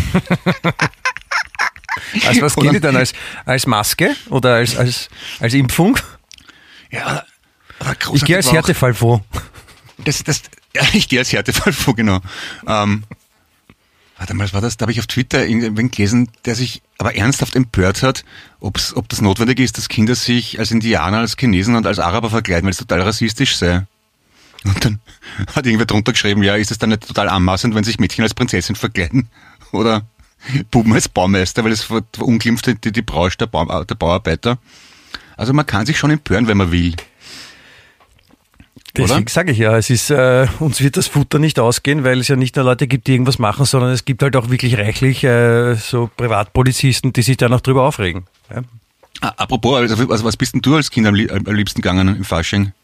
Also was geht die dann als, als Maske oder als, als, als Impfung? Ja, aber ich gehe als Härtefallfonds. Das, das, ja, ich gehe als Härtefallfonds, genau. Ähm, warte mal, was war das? Da habe ich auf Twitter irgendwen gelesen, der sich aber ernsthaft empört hat, ob's, ob das notwendig ist, dass Kinder sich als Indianer, als Chinesen und als Araber verkleiden, weil es total rassistisch sei. Und dann hat irgendwer drunter geschrieben, ja, ist es dann nicht total anmaßend, wenn sich Mädchen als Prinzessin verkleiden? Oder Buben als Baumeister, weil es verunglimpft die, die Branche der, Bau, der Bauarbeiter. Also man kann sich schon empören, wenn man will. Deswegen sage ich ja, es ist, äh, uns wird das Futter nicht ausgehen, weil es ja nicht nur Leute gibt, die irgendwas machen, sondern es gibt halt auch wirklich reichlich äh, so Privatpolizisten, die sich da noch drüber aufregen. Ja. Ah, apropos, also, also was bist denn du als Kind am, am liebsten gegangen im Fasching?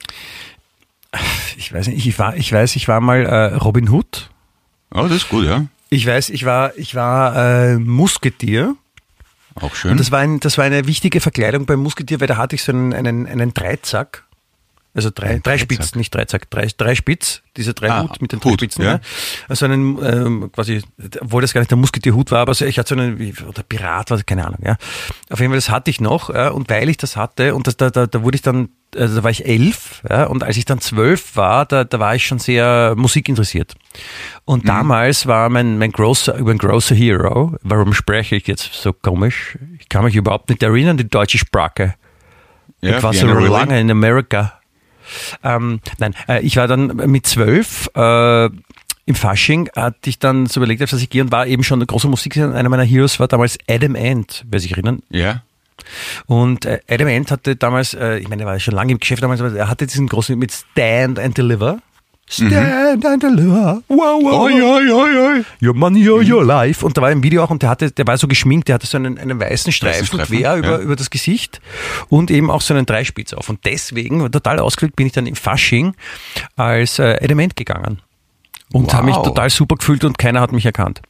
Ich weiß nicht, ich war, ich weiß, ich war mal äh, Robin Hood. Oh, das ist gut, ja. Ich weiß, ich war, ich war äh, Musketier. Auch schön. Und das war, ein, das war eine wichtige Verkleidung beim Musketier, weil da hatte ich so einen, einen, einen Dreizack. Also drei, drei Spitz, nicht Dreizack, drei, drei Spitz, dieser drei ah, Hut mit den drei Spitzen. Ja. Ja. Also einen, ähm, quasi, obwohl das gar nicht der Musketierhut war, aber so, ich hatte so einen, oder Pirat, was, keine Ahnung, ja. Auf jeden Fall, das hatte ich noch, ja, und weil ich das hatte, und das, da, da, da wurde ich dann, also da war ich elf, ja, und als ich dann zwölf war, da, da war ich schon sehr musikinteressiert. Und mhm. damals war mein, mein großer, mein großer Hero, warum spreche ich jetzt so komisch? Ich kann mich überhaupt nicht erinnern, die deutsche Sprache. Ja, ich war so really? lange in Amerika. Ähm, nein, äh, ich war dann mit zwölf äh, im Fasching, hatte ich dann so überlegt, dass ich gehe und war eben schon eine große Musik. Einer meiner Heroes war damals Adam Ant, wer sich erinnern. Ja. Und äh, Adam Ant hatte damals, äh, ich meine, er war schon lange im Geschäft damals, aber er hatte diesen großen mit Stand and Deliver. Stand mhm. and deliver. Wow, wow. Oi, oi, oi, oi. Your money, your, your life. Und da war ein Video auch und der hatte, der war so geschminkt, der hatte so einen, einen weißen Streifen, Streifen quer ja. über, über das Gesicht und eben auch so einen Dreispitz auf. Und deswegen, total ausgeflippt, bin ich dann im Fasching als äh, Adam Ant gegangen. Und wow. habe mich total super gefühlt und keiner hat mich erkannt.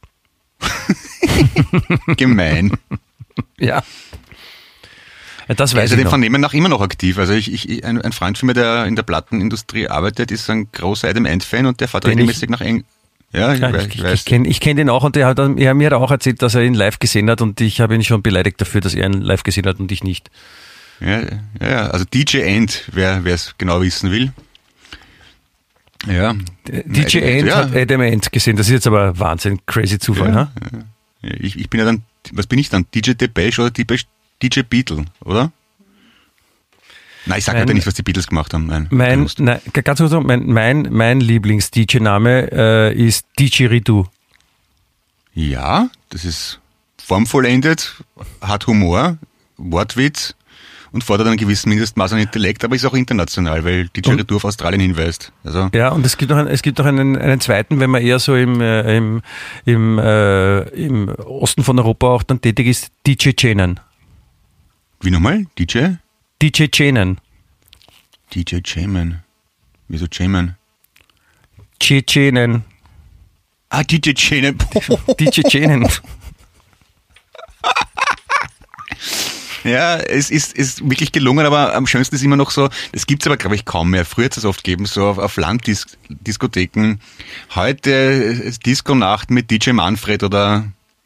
Gemein. Ja. Das weiß also ich den noch. Vernehmen nach immer noch aktiv. Also ich, ich ein, ein Freund von mir, der in der Plattenindustrie arbeitet, ist ein großer Adam Ant-Fan und der fährt regelmäßig nach England. Ja, ich, ja, weiß, ich, ich weiß. Ich kenne ich kenn den auch und der hat, er mir hat auch erzählt, dass er ihn live gesehen hat und ich habe ihn schon beleidigt dafür, dass er ihn live gesehen hat und ich nicht. Ja, ja, also D J Ant, wer es genau wissen will. Ja. D J Ant ja. hat Adam Ant gesehen, das ist jetzt aber Wahnsinn, crazy Zufall, ja, ne? Ja. Ich, ich bin ja dann, was bin ich dann? D J Depeche oder Depeche D J Beatle, oder? Nein, ich sage heute nicht, was die Beatles gemacht haben. Nein, mein, nein ganz kurz, mein, mein, mein Lieblings-D J-Name äh, ist D J Ridu. Ja, das ist formvollendet, hat Humor, Wortwitz und fordert einen gewissen Mindestmaß an Intellekt, aber ist auch international, weil D J Ridu auf Australien hinweist. Also ja, und es gibt noch, einen, es gibt noch einen, einen zweiten, wenn man eher so im, äh, im, im, äh, im Osten von Europa auch dann tätig ist, D J Chenan. Wie nochmal? D J? D J Chenan. D J Chenan. Wieso Chenan? Chenan. Ah, D J Chenan. D J Chenan. Ja, es ist, ist wirklich gelungen, aber am schönsten ist immer noch so, das gibt's aber, glaube ich, kaum mehr. Früher hat es oft gegeben, so auf, auf Landdiskotheken. Heute Disco-Nacht mit D J Manfred oder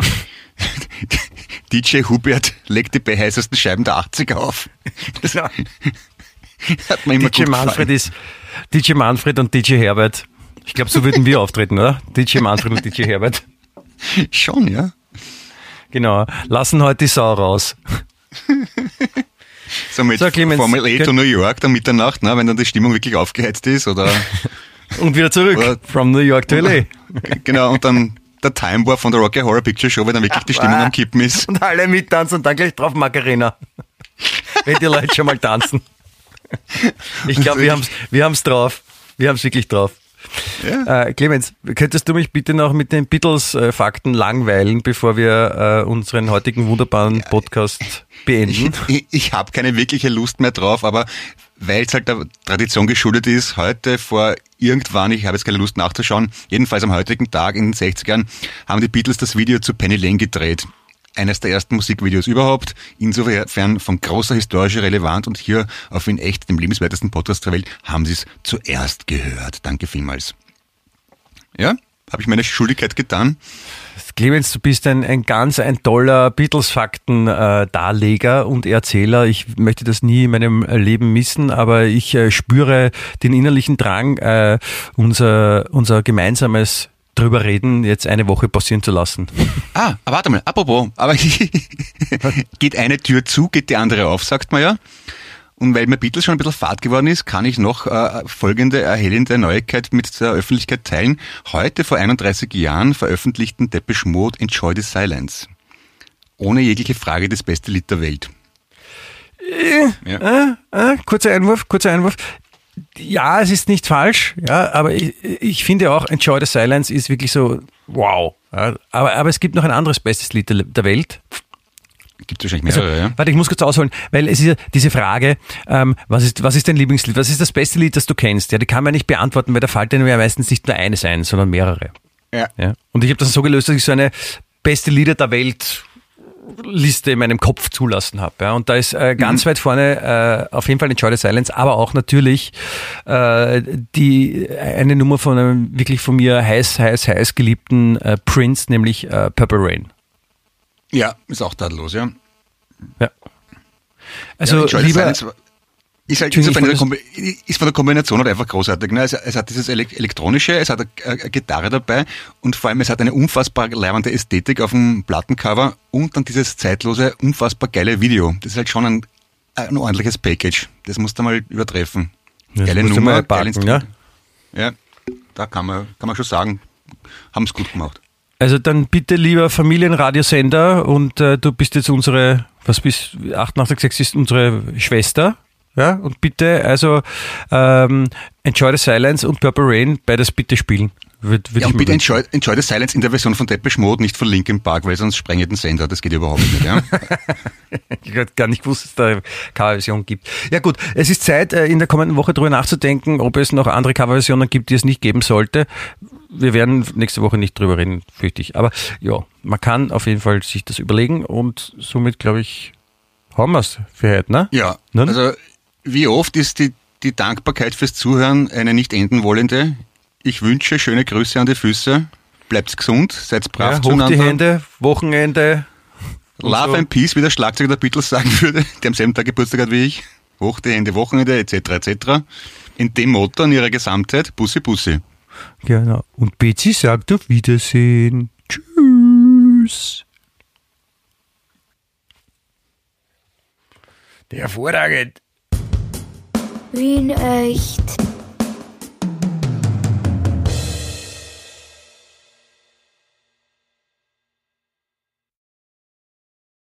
D J Hubert legt die beheißesten Scheiben der achtziger auf. Das ja. hat mir immer D J gut Manfred ist D J Manfred und D J Herbert. Ich glaube, so würden wir auftreten, oder? D J Manfred und D J Herbert. Schon, ja. Genau. Lassen heute die Sau raus. So mit so, Clemens, Formel acht und New York dann Mitternacht, ne, wenn dann die Stimmung wirklich aufgeheizt ist, oder? Und wieder zurück. Oder, from New York to L A. Genau, und dann der Time War von der Rocky Horror Picture Show, weil dann wirklich die Stimmung am Kippen ist. Und alle mittanzen und dann gleich drauf Macarena. Wenn die Leute schon mal tanzen. Ich glaube, wir haben's, wir haben's drauf. Wir haben's wirklich drauf. Ja. Äh, Clemens, könntest du mich bitte noch mit den Beatles-Fakten langweilen, bevor wir äh, unseren heutigen wunderbaren Podcast beenden? Ich, ich, ich habe keine wirkliche Lust mehr drauf, aber weil es halt der Tradition geschuldet ist, heute vor irgendwann, ich habe jetzt keine Lust nachzuschauen, jedenfalls am heutigen Tag in den sechzigern haben die Beatles das Video zu Penny Lane gedreht. Eines der ersten Musikvideos überhaupt, insofern von großer historischer Relevanz und hier auf In Echt, dem lebenswertesten Podcast der Welt, haben Sie es zuerst gehört. Danke vielmals. Ja, habe ich meine Schuldigkeit getan. Clemens, du bist ein, ein ganz ein toller Beatles-Fakten-Darleger und Erzähler. Ich möchte das nie in meinem Leben missen, aber ich äh, spüre den innerlichen Drang, äh, unser, unser gemeinsames drüber reden, jetzt eine Woche passieren zu lassen. Ah, warte mal, apropos, aber geht eine Tür zu, geht die andere auf, sagt man ja. Und weil mir Beatles schon ein bisschen fad geworden ist, kann ich noch äh, folgende erhellende Neuigkeit mit der Öffentlichkeit teilen. Heute vor einunddreißig Jahren veröffentlichten Depeche Mode Enjoy the Silence. Ohne jegliche Frage das beste Lied der Welt. Äh, ja. äh, äh, kurzer Einwurf, kurzer Einwurf. Ja, es ist nicht falsch, ja, aber ich, ich finde auch Enjoy the Silence ist wirklich so wow. Ja, aber, aber es gibt noch ein anderes bestes Lied der, der Welt. Gibt es wahrscheinlich mehrere, also, ja. Warte, ich muss kurz ausholen, weil es ist ja diese Frage, ähm, was ist, was ist dein Lieblingslied? Was ist das beste Lied, das du kennst? Ja, die kann man nicht beantworten, weil da fällt dann ja meistens nicht nur eines ein, sondern mehrere. Ja. Ja. Und ich habe das so gelöst, dass ich so eine beste Lieder der Welt Liste in meinem Kopf zulassen habe. Ja. Und da ist äh, ganz mhm. weit vorne äh, auf jeden Fall Enjoy the Silence, aber auch natürlich äh, die eine Nummer von einem wirklich von mir heiß, heiß, heiß geliebten äh, Prince, nämlich äh, Purple Rain. Ja, ist auch tadellos, ja. Ja. Also ja, lieber... Ist, halt ist, von der ist von der Kombination halt einfach großartig. Ne? Es, es hat dieses Elektronische, es hat eine Gitarre dabei und vor allem es hat eine unfassbar leibende Ästhetik auf dem Plattencover und dann dieses zeitlose, unfassbar geile Video. Das ist halt schon ein, ein ordentliches Package. Das musst du mal übertreffen. Das geile Nummer, geile Instrument. Ja? Ja, da kann man, kann man schon sagen, haben es gut gemacht. Also dann bitte lieber Familienradiosender und äh, du bist jetzt unsere, was bist, achtundachtzig Komma sechs ist unsere Schwester. Ja, und bitte, also ähm, Enjoy the Silence und Purple Rain, beides bitte spielen. Würd, würd ja, und bitte Enjoy, Enjoy the Silence in der Version von Depeche Mode, nicht von Linkin Park, weil sonst sprenge ich den Sender, das geht überhaupt nicht. Ja? Ich hätte gar nicht gewusst, dass es da eine Coverversion gibt. Ja gut, es ist Zeit, in der kommenden Woche darüber nachzudenken, ob es noch andere Coverversionen gibt, die es nicht geben sollte. Wir werden nächste Woche nicht drüber reden, fürchte ich. Aber ja, man kann auf jeden Fall sich das überlegen und somit, glaube ich, haben wir es für heute, ne? Ja, Nun? also wie oft ist die, die Dankbarkeit fürs Zuhören eine nicht enden wollende? Ich wünsche schöne Grüße an die Füße. Bleibt gesund, seid brav ja, zueinander. Hoch die Hände, Wochenende. Love so. And Peace, wie der Schlagzeuger der Beatles sagen würde, der am selben Tag Geburtstag hat wie ich. Hoch die Hände, Wochenende, et cetera et cetera. In dem Motto in ihrer Gesamtheit, Bussi Bussi. Genau. Und Betsy sagt auf Wiedersehen. Tschüss. Hervorragend. Wien echt.